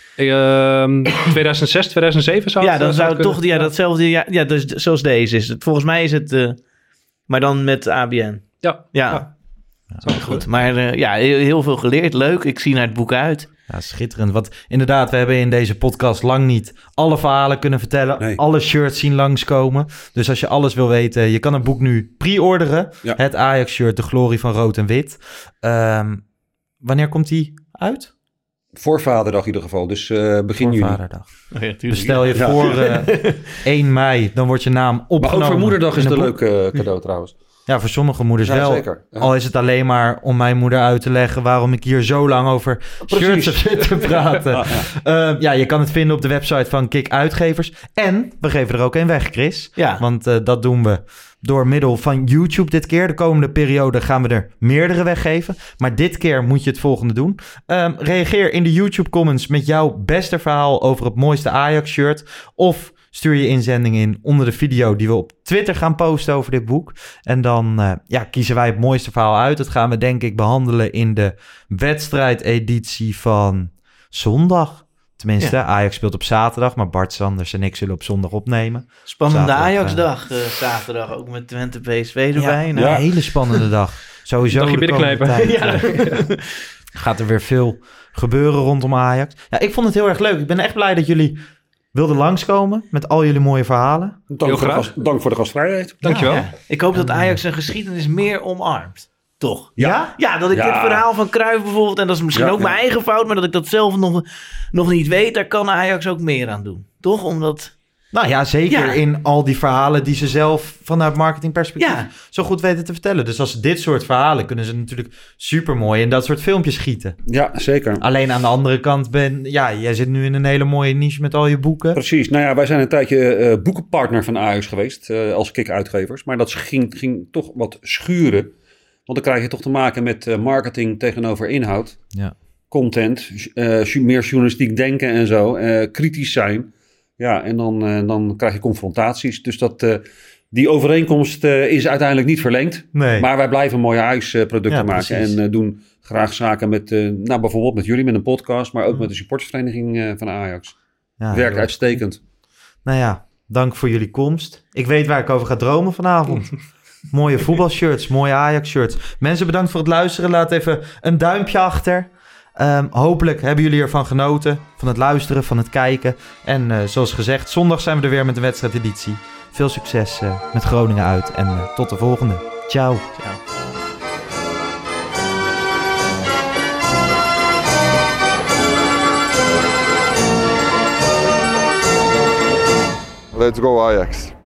2006, 2007 zou het dan zou het toch datzelfde jaar... Ja, dus zoals deze is het. Volgens mij is het... maar dan met ABN. Ja. Goed. Maar heel veel geleerd. Leuk. Ik zie naar het boek uit. Ja, schitterend. Want inderdaad, we hebben in deze podcast lang niet alle verhalen kunnen vertellen. Nee. Alle shirts zien langskomen. Dus als je alles wil weten, je kan het boek nu pre-orderen. Ja. Het Ajax-shirt, de glorie van rood en wit. Wanneer komt die uit? Voor Vaderdag in ieder geval, dus begin juni. Vaderdag. Dus stel je voor 1 mei, dan wordt je naam opgenomen. Maar ook voor Moederdag is het een leuk cadeau trouwens. Ja, voor sommige moeders wel. Zeker. Ja. Al is het alleen maar om mijn moeder uit te leggen... waarom ik hier zo lang over shirts heb zitten praten. Je kan het vinden op de website van Kik Uitgevers. En we geven er ook een weg, Chris. Ja. Want dat doen we door middel van YouTube dit keer. De komende periode gaan we er meerdere weggeven. Maar dit keer moet je het volgende doen. Reageer in de YouTube-comments met jouw beste verhaal... over het mooiste Ajax-shirt. Of... stuur je inzending in onder de video die we op Twitter gaan posten over dit boek. En dan kiezen wij het mooiste verhaal uit. Dat gaan we denk ik behandelen in de wedstrijdeditie van zondag. Tenminste, Ajax speelt op zaterdag, maar Bart Sanders en ik zullen op zondag opnemen. Spannende Ajax-dag, zaterdag, ook met Twente PSV erbij. Een hele spannende dag. Sowieso dagje binnenknijpen. Gaat er weer veel gebeuren rondom Ajax. Ja, ik vond het heel erg leuk. Ik ben echt blij dat jullie wilden langskomen met al jullie mooie verhalen. Dank voor de gastvrijheid. Dankjewel. Ja. Ik hoop dat Ajax zijn geschiedenis meer omarmt. Toch? Ja? Ja, dat ik dit verhaal van Cruijff bijvoorbeeld... en dat is misschien ook mijn eigen fout... maar dat ik dat zelf nog niet weet... daar kan Ajax ook meer aan doen. Toch? Omdat... Nou ja, zeker in al die verhalen die ze zelf vanuit marketingperspectief zo goed weten te vertellen. Dus als dit soort verhalen kunnen ze natuurlijk supermooi in dat soort filmpjes schieten. Ja, zeker. Alleen aan de andere kant jij zit nu in een hele mooie niche met al je boeken. Precies. Nou ja, wij zijn een tijdje boekenpartner van Ajax geweest als Kik-uitgevers. Maar dat ging toch wat schuren. Want dan krijg je toch te maken met marketing tegenover inhoud. Ja. Content, meer journalistiek denken en zo. Kritisch zijn. Ja, en dan krijg je confrontaties. Dus die overeenkomst is uiteindelijk niet verlengd. Nee. Maar wij blijven mooie huisproducten maken. En doen graag zaken met, bijvoorbeeld met jullie, met een podcast. Maar ook met de supportersvereniging van Ajax. Ja, werkt uitstekend. Nou ja, dank voor jullie komst. Ik weet waar ik over ga dromen vanavond. Mooie voetbalshirts, mooie Ajax-shirts. Mensen, bedankt voor het luisteren. Laat even een duimpje achter. Hopelijk hebben jullie ervan genoten. Van het luisteren, van het kijken. En zoals gezegd, zondag zijn we er weer met de wedstrijdeditie. Veel succes met Groningen uit. En tot de volgende. Ciao. Let's go Ajax.